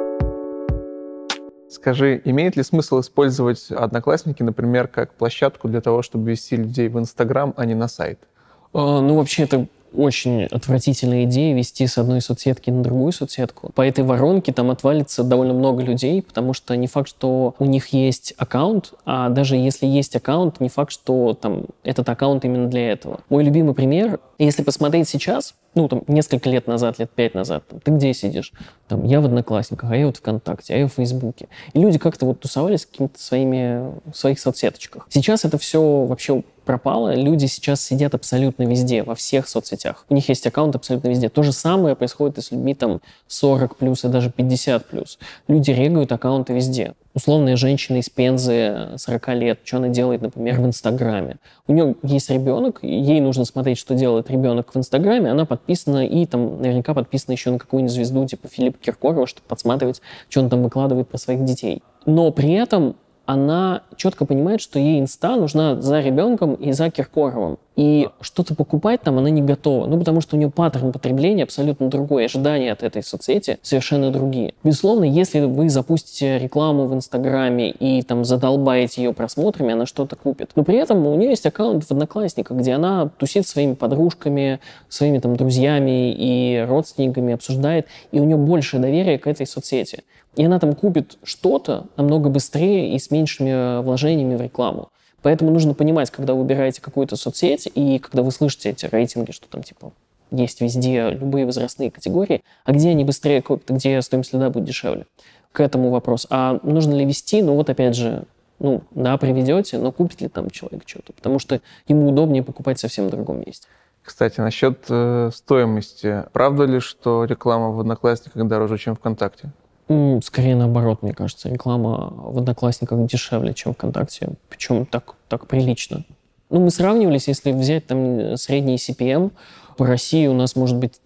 Скажи, имеет ли смысл использовать Одноклассники, например, как площадку для того, чтобы вести людей в Инстаграм, а не на сайт? Вообще это очень отвратительная идея вести с одной соцсетки на другую соцсетку. По этой воронке там отвалится довольно много людей, потому что не факт, что у них есть аккаунт, а даже если есть аккаунт, не факт, что там этот аккаунт именно для этого. Мой любимый пример, если посмотреть сейчас, несколько лет назад, лет 5 назад, ты где сидишь? Я в Одноклассниках, а я ВКонтакте, а я в Фейсбуке. И люди как-то тусовались в каких-то своих соцсеточках. Сейчас это все вообще пропало. Люди сейчас сидят абсолютно везде, во всех соцсетях. У них есть аккаунт абсолютно везде. То же самое происходит и с людьми 40+, и даже 50+. Люди регают аккаунты везде. Условная женщина из Пензы, 40 лет, что она делает, например, в Инстаграме. У нее есть ребенок, ей нужно смотреть, что делает ребенок в Инстаграме, она подписана и наверняка подписана еще на какую-нибудь звезду типа Филиппа Киркорова, чтобы подсматривать, что он там выкладывает про своих детей. Но при этом она четко понимает, что ей инста нужна за ребенком и за Киркоровым. И что-то покупать там она не готова. Потому что у нее паттерн потребления абсолютно другой. Ожидания от этой соцсети совершенно другие. Безусловно, если вы запустите рекламу в Инстаграме и задолбаете ее просмотрами, она что-то купит. Но при этом у нее есть аккаунт в Одноклассниках, где она тусит со своими подружками, своими друзьями и родственниками, обсуждает. И у нее больше доверия к этой соцсети. И она купит что-то намного быстрее и с меньшими вложениями в рекламу. Поэтому нужно понимать, когда вы выбираете какую-то соцсеть, и когда вы слышите эти рейтинги, что есть везде любые возрастные категории, а где они быстрее купят, где стоимость лида будет дешевле. К этому вопрос. А нужно ли вести? Опять же, приведете, но купит ли человек что-то? Потому что ему удобнее покупать совсем в другом месте. Кстати, насчет стоимости. Правда ли, что реклама в Одноклассниках дороже, чем ВКонтакте? Скорее наоборот, мне кажется. Реклама в Одноклассниках дешевле, чем ВКонтакте. Причем так прилично. Мы сравнивались, если взять средний CPM. По России у нас может быть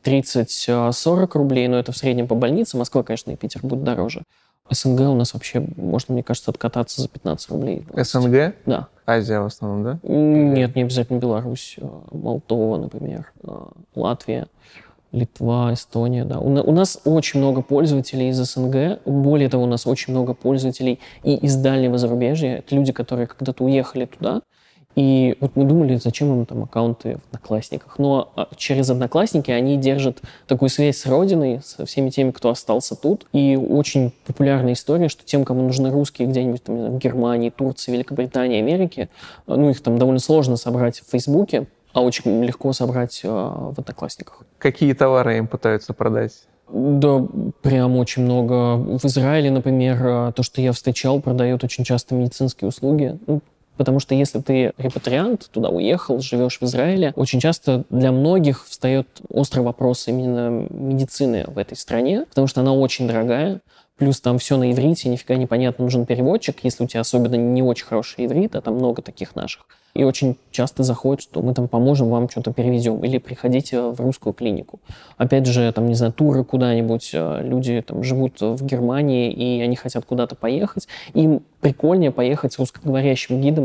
30-40 рублей, но это в среднем по больнице. Москва, конечно, и Питер будут дороже. СНГ у нас вообще можно, мне кажется, откататься за 15 рублей. 20. СНГ? Да. Азия в основном, да? Нет, не обязательно Беларусь. Молдова, например. Латвия. Литва, Эстония, да. У нас очень много пользователей из СНГ. Более того, у нас очень много пользователей и из дальнего зарубежья. Это люди, которые когда-то уехали туда. И мы думали, зачем им аккаунты в Одноклассниках. Но через Одноклассники они держат такую связь с родиной, со всеми теми, кто остался тут. И очень популярная история, что тем, кому нужны русские где-нибудь в Германии, Турции, Великобритании, Америке, их довольно сложно собрать в Фейсбуке, а очень легко собрать в Одноклассниках. Какие товары им пытаются продать? Да, прям очень много. В Израиле, например, то, что я встречал, продает очень часто медицинские услуги. Потому что если ты репатриант, туда уехал, живешь в Израиле, очень часто для многих встает острый вопрос именно медицины в этой стране, потому что она очень дорогая. Плюс там все на иврите, нифига непонятно, нужен переводчик, если у тебя особенно не очень хороший иврит, а там много таких наших. И очень часто заходит, что мы поможем вам, что-то переведем, или приходите в русскую клинику. Опять же, туры куда-нибудь, люди живут в Германии, и они хотят куда-то поехать. Им прикольнее поехать с русскоговорящим гидом,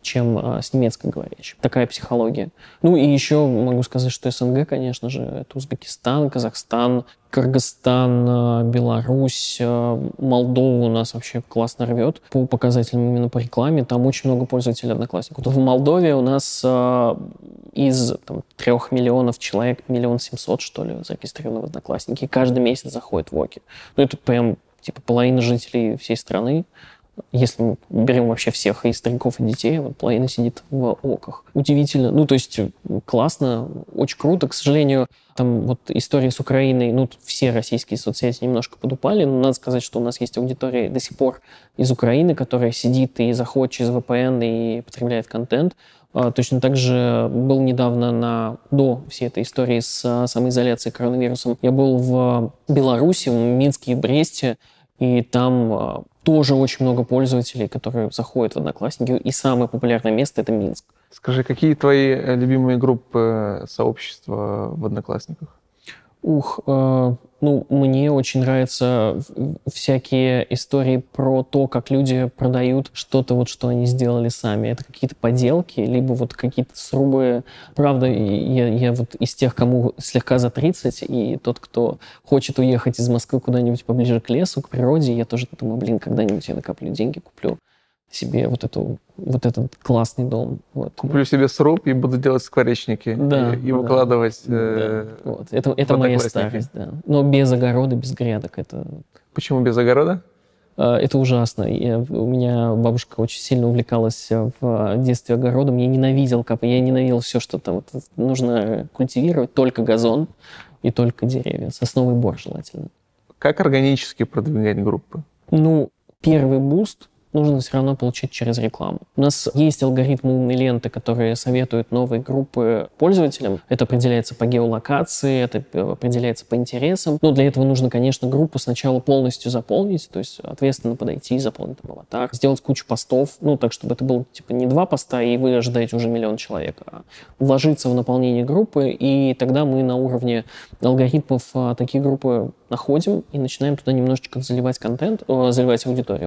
чем с немецкоговорящим. Такая психология. Ну и еще могу сказать, что СНГ, конечно же, это Узбекистан, Казахстан, Кыргызстан, Беларусь, Молдова у нас вообще классно рвет по показателям именно по рекламе. Там очень много пользователей Одноклассников. В Молдове у нас из 3 миллионов человек 1 700 000, что ли, зарегистрированы в Одноклассники. И каждый месяц заходит в ОКи. Ну это прям половина жителей всей страны. Если мы берем вообще всех, и стариков, и детей, вот половина сидит в ОКах. Удивительно. Ну, то есть классно, очень круто. К сожалению, там вот история с Украиной, все российские соцсети немножко подупали, но надо сказать, что у нас есть аудитория до сих пор из Украины, которая сидит и заходит через VPN и потребляет контент. Точно так же был недавно до всей этой истории с самоизоляцией коронавирусом. Я был в Беларуси, в Минске и Бресте, и там тоже очень много пользователей, которые заходят в Одноклассники, и самое популярное место — это Минск. Скажи, какие твои любимые группы сообщества в Одноклассниках? Мне очень нравятся всякие истории про то, как люди продают что-то, вот что они сделали сами. Это какие-то поделки, либо вот какие-то срубы. Правда, я вот из тех, кому слегка за 30, и тот, кто хочет уехать из Москвы куда-нибудь поближе к лесу, к природе, я тоже думаю, когда-нибудь я накоплю деньги, куплю себе вот этот классный дом. Вот. Куплю себе сруб и буду делать скворечники и выкладывать. Вот. Это моя старость, да. Но без огорода, без грядок. Почему без огорода? Это ужасно. У меня бабушка очень сильно увлекалась в детстве огородом. Я ненавидел все, что там нужно культивировать. Только газон и только деревья. Сосновый бор желательно. Как органически продвигать группы? Первый буст нужно все равно получить через рекламу. У нас есть алгоритмы умной ленты, которые советуют новые группы пользователям. Это определяется по геолокации, это определяется по интересам. Но для этого нужно, конечно, группу сначала полностью заполнить, то есть ответственно подойти, заполнить аватар, сделать кучу постов, так, чтобы это было не 2 поста, и вы ожидаете уже 1 миллион человек, а вложиться в наполнение группы, и тогда мы на уровне алгоритмов такие группы находим и начинаем туда немножечко заливать аудиторию,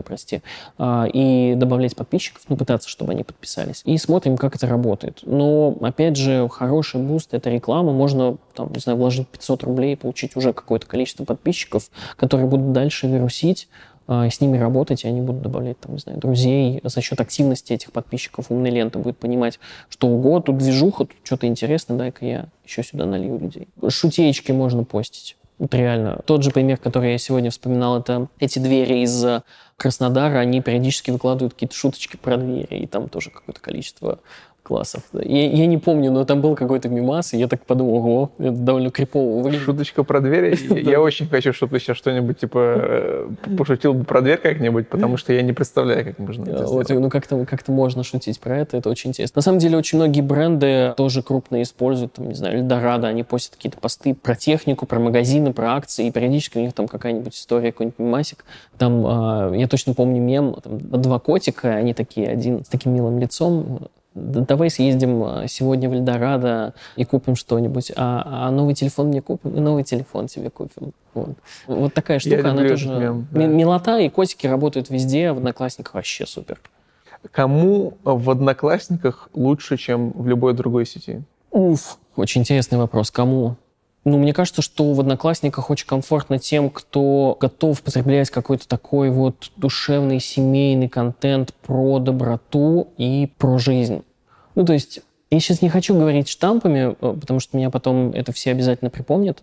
и добавлять подписчиков, пытаться, чтобы они подписались. И смотрим, как это работает. Но, опять же, хороший буст — это реклама. Можно, вложить 500 рублей и получить уже какое-то количество подписчиков, которые будут дальше вирусить, с ними работать, и они будут добавлять, друзей. За счет активности этих подписчиков умной ленты будет понимать, что ого, тут движуха, тут что-то интересное, дай-ка я еще сюда налью людей. Шутеечки можно постить. Реально. Тот же пример, который я сегодня вспоминал, это эти двери из Краснодара, они периодически выкладывают какие-то шуточки про двери, и там тоже какое-то количество классов. Я не помню, но там был какой-то мемас, и я так подумал, ого, это довольно крипово выглядит. Шуточка про двери? Я очень хочу, чтобы ты сейчас что-нибудь пошутил бы про дверь как-нибудь, потому что я не представляю, как можно это сделать. Как-то можно шутить про это очень интересно. На самом деле, очень многие бренды тоже крупные используют, Эльдорадо, они постят какие-то посты про технику, про магазины, про акции, и периодически у них там какая-нибудь история, какой-нибудь мемасик. Там, я точно помню мем, 2 котика, они такие, один с таким милым лицом. Давай съездим сегодня в Эльдорадо и купим что-нибудь, а новый телефон мне купим, и новый телефон тебе купим. Вот такая штука, она тоже... Мем, да. Милота, и котики работают везде, в Одноклассниках вообще супер. Кому в Одноклассниках лучше, чем в любой другой сети? Очень интересный вопрос. Кому? Мне кажется, что в Одноклассниках очень комфортно тем, кто готов потреблять какой-то такой душевный, семейный контент про доброту и про жизнь. То есть, я сейчас не хочу говорить штампами, потому что меня потом это все обязательно припомнят,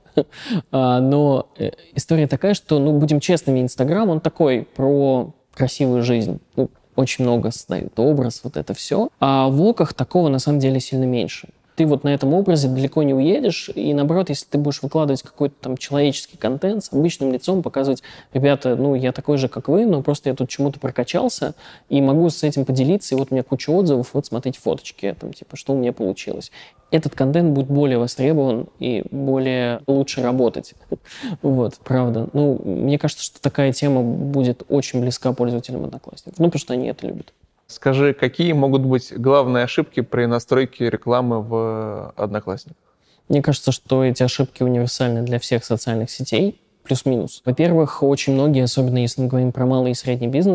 но история такая, что, будем честными, Инстаграм, он такой про красивую жизнь. Очень много создают образ, это все. А в ВОКах такого на самом деле сильно меньше. Ты на этом образе далеко не уедешь, и наоборот, если ты будешь выкладывать какой-то человеческий контент с обычным лицом, показывать, ребята, я такой же, как вы, но просто я тут чему-то прокачался, и могу с этим поделиться, и у меня куча отзывов, смотрите фоточки, что у меня получилось. Этот контент будет более востребован и более лучше работать. Правда. Мне кажется, что такая тема будет очень близка пользователям Одноклассников, потому что они это любят. Скажи, какие могут быть главные ошибки при настройке рекламы в Одноклассниках? Мне кажется, что эти ошибки универсальны для всех социальных сетей, плюс-минус. Во-первых, очень многие, особенно если мы говорим про малый и средний бизнес,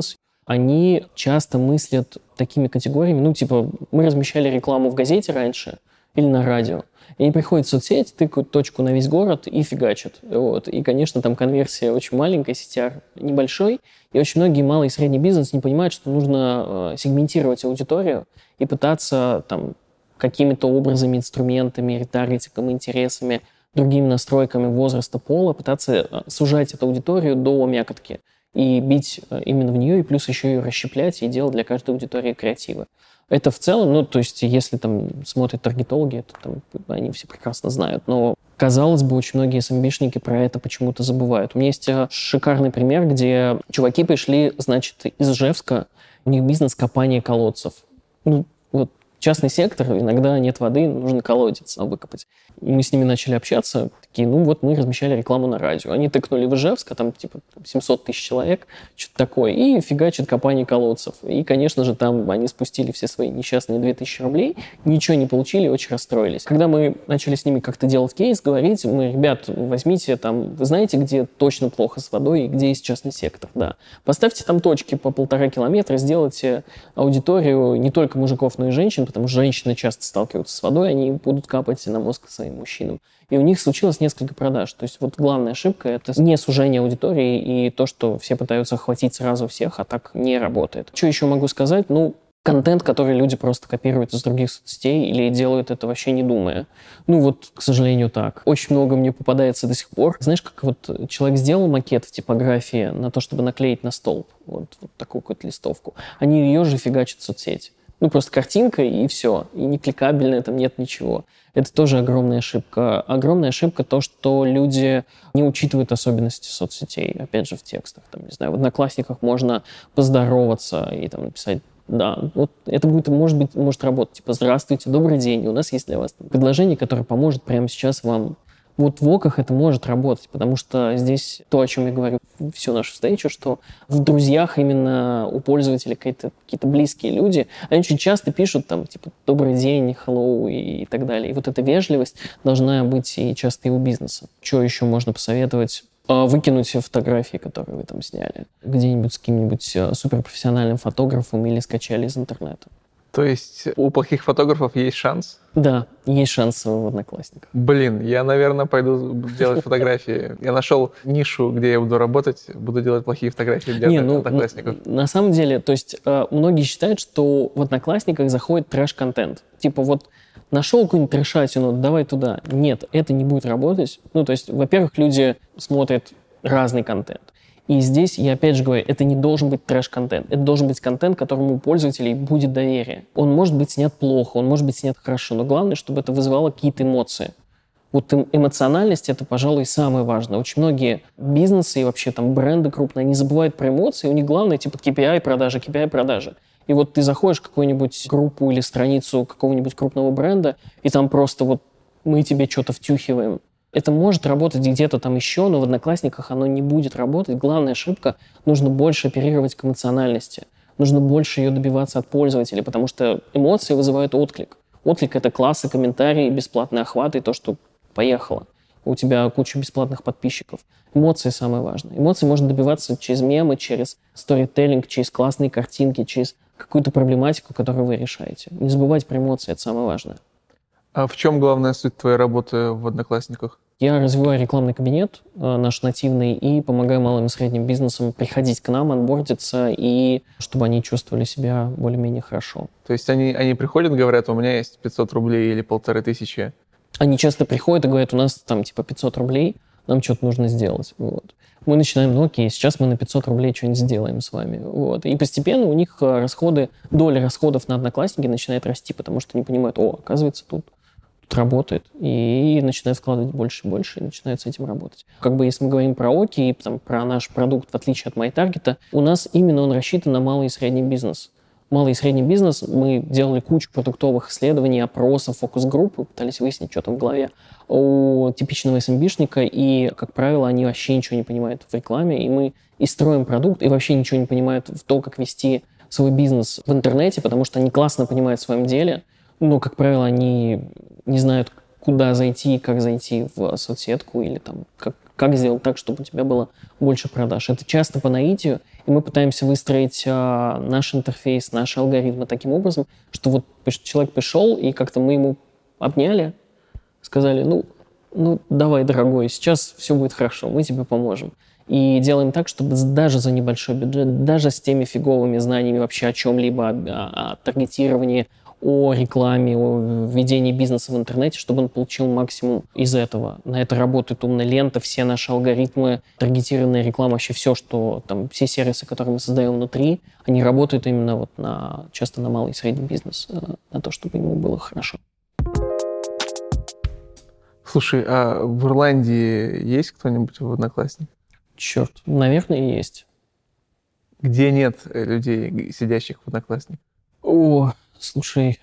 они часто мыслят такими категориями, ну, типа, мы размещали рекламу в газете раньше или на радио, и они приходят в соцсеть, тыкают точку на весь город и фигачат. Вот. И, конечно, там конверсия очень маленькая, CTR небольшой, и очень многие малый и средний бизнес не понимают, что нужно сегментировать аудиторию и пытаться там какими-то образами, инструментами, ретаргетиком, интересами, другими настройками возраста, пола, пытаться сужать эту аудиторию до мякотки и бить именно в нее, и плюс еще ее расщеплять и делать для каждой аудитории креативы. Это в целом, ну, то есть, если там смотрят таргетологи, то там они все прекрасно знают. Но, казалось бы, очень многие SMB-шники про это почему-то забывают. У меня есть шикарный пример, где чуваки пришли, значит, из Ижевска, у них бизнес копания колодцев. Ну, вот частный сектор, иногда нет воды, нужно колодец выкопать. И мы с ними начали общаться, такие, ну вот мы размещали рекламу на радио. Они тыкнули в Ижевск, а там типа 700 тысяч человек, что-то такое, и фигачит копание колодцев. И, конечно же, там они спустили все свои несчастные 2000 рублей, ничего не получили, очень расстроились. Когда мы начали с ними как-то делать кейс, говорить, мы, ребят, возьмите там, вы знаете, где точно плохо с водой и где есть частный сектор, да. Поставьте там точки по 1,5 километра, сделайте аудиторию не только мужиков, но и женщин, потому что женщины часто сталкиваются с водой, они будут капать на мозг своим мужчинам. И у них случилось несколько продаж. То есть вот главная ошибка — это не сужение аудитории и то, что все пытаются охватить сразу всех, а так не работает. Что еще могу сказать? Ну, контент, который люди просто копируют из других соцсетей или делают это вообще не думая. Ну вот, к сожалению, так. Очень много мне попадается до сих пор. Знаешь, как вот человек сделал макет в типографии на то, чтобы наклеить на столб вот такую какую-то листовку. Они ее же фигачат в соцсети. Ну, просто картинка, и все. И не кликабельная, там нет ничего. Это тоже огромная ошибка. Огромная ошибка то, что люди не учитывают особенности соцсетей, опять же, в текстах. Там, не знаю, в Одноклассниках можно поздороваться и там написать, да, вот это будет, может работать. Типа, здравствуйте, добрый день, у нас есть для вас предложение, которое поможет прямо сейчас вам. Вот в ОКах это может работать, потому что здесь то, о чем я говорю всю нашу встречу, что в друзьях именно у пользователей какие-то близкие люди, они очень часто пишут там, типа, добрый день, hello и так далее. И вот эта вежливость должна быть и часто и у бизнеса. Что еще можно посоветовать? Выкинуть все фотографии, которые вы там сняли, где-нибудь с каким-нибудь суперпрофессиональным фотографом или скачали из интернета. То есть у плохих фотографов есть шанс? Да, есть шанс в Одноклассниках. Блин, я, наверное, пойду делать фотографии. Я нашел нишу, где я буду работать, буду делать плохие фотографии для Одноклассников. На самом деле, то есть многие считают, что в Одноклассниках заходит трэш-контент. Типа вот нашел какую-нибудь трэшатину, давай туда. Нет, это не будет работать. Ну, то есть, во-первых, люди смотрят разный контент. И здесь, я опять же говорю, это не должен быть трэш-контент. Это должен быть контент, которому у пользователей будет доверие. Он может быть снят плохо, он может быть снят хорошо, но главное, чтобы это вызывало какие-то эмоции. Вот эмоциональность — это, пожалуй, самое важное. Очень многие бизнесы и вообще там бренды крупные, они забывают про эмоции, у них главное типа KPI продажи, KPI продажи. И вот ты заходишь в какую-нибудь группу или страницу какого-нибудь крупного бренда, и там просто вот мы тебе что-то втюхиваем. Это может работать где-то там еще, но в Одноклассниках оно не будет работать. Главная ошибка — нужно больше оперировать к эмоциональности. Нужно больше ее добиваться от пользователей, потому что эмоции вызывают отклик. Отклик — это классы, комментарии, бесплатные охваты, и то, что поехало. У тебя куча бесплатных подписчиков. Эмоции самое важное. Эмоции можно добиваться через мемы, через сторителлинг, через классные картинки, через какую-то проблематику, которую вы решаете. Не забывать про эмоции — это самое важное. А в чем главная суть твоей работы в Одноклассниках? Я развиваю рекламный кабинет, наш нативный, и помогаю малым и средним бизнесам приходить к нам, онбордиться, и чтобы они чувствовали себя более-менее хорошо. То есть они приходят, говорят, у меня есть 500 рублей или 1500. Они часто приходят и говорят, у нас там типа 500 рублей, нам что-то нужно сделать. Вот. Мы начинаем, ну окей, сейчас мы на 500 рублей что-нибудь сделаем с вами. Вот. И постепенно у них доля расходов на Одноклассники начинает расти, потому что они понимают, оказывается, тут работает, и начинают вкладывать больше и больше, и начинают с этим работать. Как бы если мы говорим про ОКИ и там, про наш продукт, в отличие от MyTarget, у нас именно он рассчитан на малый и средний бизнес. Малый и средний бизнес, мы делали кучу продуктовых исследований, опросов, фокус-группы, пытались выяснить, что там в голове у типичного SMB-шника, и, как правило, они вообще ничего не понимают в рекламе, и мы и строим продукт, и вообще ничего не понимают в том, как вести свой бизнес в интернете, потому что они классно понимают в своем деле, но, как правило, они не знают, куда зайти, как зайти в соцсетку или там, как сделать так, чтобы у тебя было больше продаж. Это часто по наитию, и мы пытаемся выстроить наш интерфейс, наши алгоритмы таким образом, что вот человек пришел, и как-то мы ему обняли, сказали, ну давай, дорогой, сейчас все будет хорошо, мы тебе поможем. И делаем так, чтобы даже за небольшой бюджет, даже с теми фиговыми знаниями вообще о чем-либо, о таргетировании, о рекламе, о ведении бизнеса в интернете, чтобы он получил максимум из этого. На это работает умная лента, все наши алгоритмы, таргетированная реклама, вообще все, что там, все сервисы, которые мы создаем внутри, они работают именно вот часто на малый и средний бизнес, на то, чтобы ему было хорошо. Слушай, а в Ирландии есть кто-нибудь в Одноклассниках? Черт, наверное, есть. Где нет людей, сидящих в Одноклассниках? О, слушай,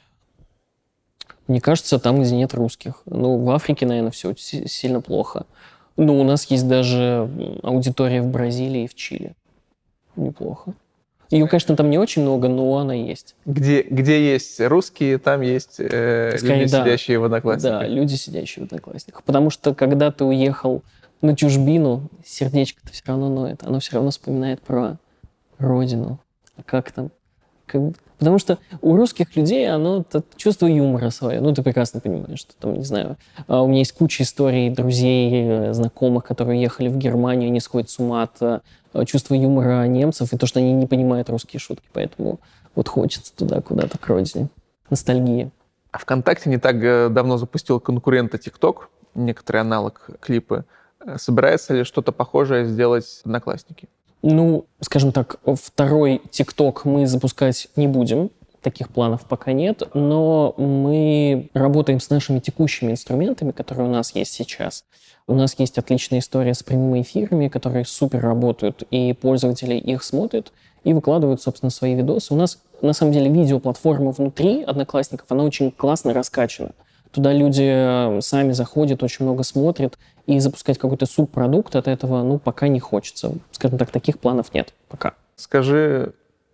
мне кажется, там, где нет русских. В Африке, наверное, все сильно плохо. Но у нас есть даже аудитория в Бразилии и в Чили. Неплохо. Ее, конечно, там не очень много, но она есть. Где есть русские, там есть люди, сидящие в Одноклассниках. Да, люди, сидящие в Одноклассниках. Потому что, когда ты уехал на чужбину, сердечко-то все равно ноет. Оно все равно вспоминает про родину. Как там? Потому что у русских людей оно чувство юмора свое. Ты прекрасно понимаешь, что там, не знаю, у меня есть куча историй друзей, знакомых, которые ехали в Германию, они сходят с ума от чувства юмора немцев и то, что они не понимают русские шутки. Поэтому вот хочется туда, куда-то, к родине. Ностальгия. А ВКонтакте не так давно запустил конкурента TikTok, некоторый аналог клипы. Собирается ли что-то похожее сделать Одноклассники? Скажем так, второй TikTok мы запускать не будем. Таких планов пока нет. Но мы работаем с нашими текущими инструментами, которые у нас есть сейчас. У нас есть отличная история с прямыми эфирами, которые супер работают, и пользователи их смотрят и выкладывают, собственно, свои видосы. У нас, на самом деле, видеоплатформа внутри Одноклассников, она очень классно раскачана. Туда люди сами заходят, очень много смотрят, и запускать какой-то субпродукт от этого, пока не хочется. Скажем так, таких планов нет пока. Скажи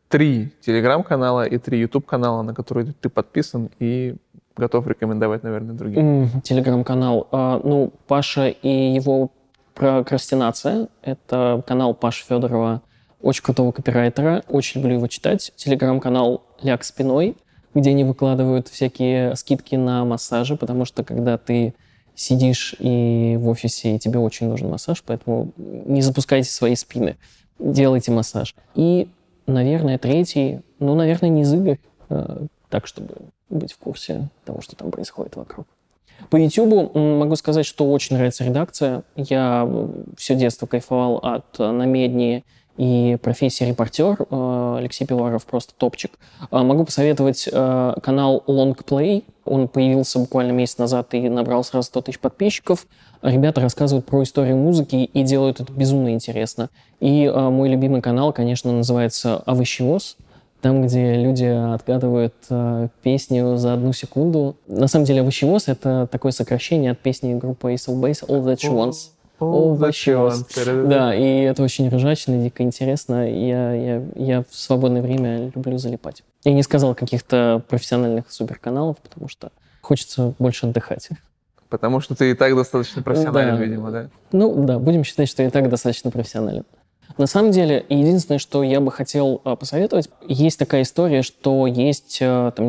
3 телеграм-канала и 3 YouTube-канала, на которые ты подписан и готов рекомендовать, наверное, другим. Телеграм-канал. Паша и его прокрастинация. Это канал Паши Федорова, очень крутого копирайтера. Очень люблю его читать. Телеграм-канал Ляг спиной, где они выкладывают всякие скидки на массажи, потому что когда ты сидишь и в офисе, и тебе очень нужен массаж, поэтому не запускайте свои спины, делайте массаж. И, наверное, 3, наверное, не из игр, так, чтобы быть в курсе того, что там происходит вокруг. По YouTube могу сказать, что очень нравится редакция. Я все детство кайфовал от намедни и профессии репортер. Алексей Пивоваров просто топчик. Могу посоветовать канал Long Play. Он появился буквально месяц назад и набрал сразу 100 тысяч подписчиков. Ребята рассказывают про историю музыки и делают это безумно интересно. И мой любимый канал, конечно, называется «Овощевоз». Там, где люди отгадывают песню за 1 секунду. На самом деле «Овощевоз» — это такое сокращение от песни группы Ace of Base «All That She Wants». Овощевоз. Да, и это очень ржачно, дико интересно. Я в свободное время люблю залипать. Я не сказал каких-то профессиональных суперканалов, потому что хочется больше отдыхать. Потому что ты и так достаточно профессионален, видимо, да? Будем считать, что я и так достаточно профессионален. На самом деле, единственное, что я бы хотел посоветовать, есть такая история, что есть,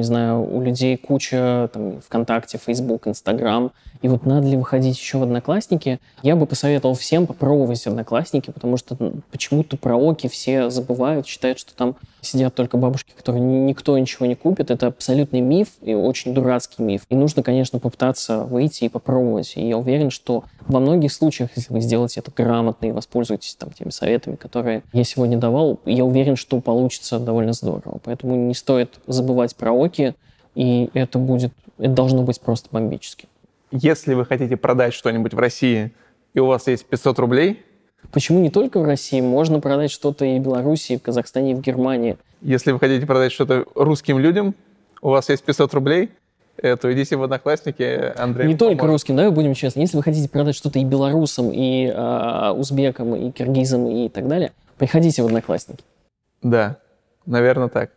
у людей куча ВКонтакте, Facebook, Instagram, и вот надо ли выходить еще в Одноклассники, я бы посоветовал всем попробовать Одноклассники, потому что почему-то про ОКи все забывают, считают, что там сидят только бабушки, которые никто ничего не купит. Это абсолютный миф и очень дурацкий миф. И нужно, конечно, попытаться выйти и попробовать. И я уверен, что во многих случаях, если вы сделаете это грамотно и воспользуетесь теми советами, которые я сегодня давал, я уверен, что получится довольно здорово. Поэтому не стоит забывать про ОКи, и это должно быть просто бомбически. Если вы хотите продать что-нибудь в России, и у вас есть 500 рублей... Почему не только в России? Можно продать что-то и в Беларуси, и в Казахстане, и в Германии. Если вы хотите продать что-то русским людям, у вас есть 500 рублей, то идите в Одноклассники, Андрей Не только русским, давай будем честны. Если вы хотите продать что-то и белорусам, и узбекам, и киргизам, и так далее, приходите в Одноклассники. Да, наверное, так.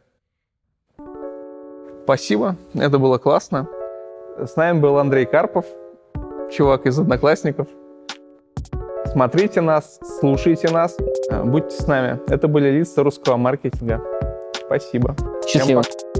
Спасибо, это было классно. С нами был Андрей Карпов, чувак из Одноклассников. Смотрите нас, слушайте нас, будьте с нами. Это были лица русского маркетинга. Спасибо. Счастливо. Всем пока.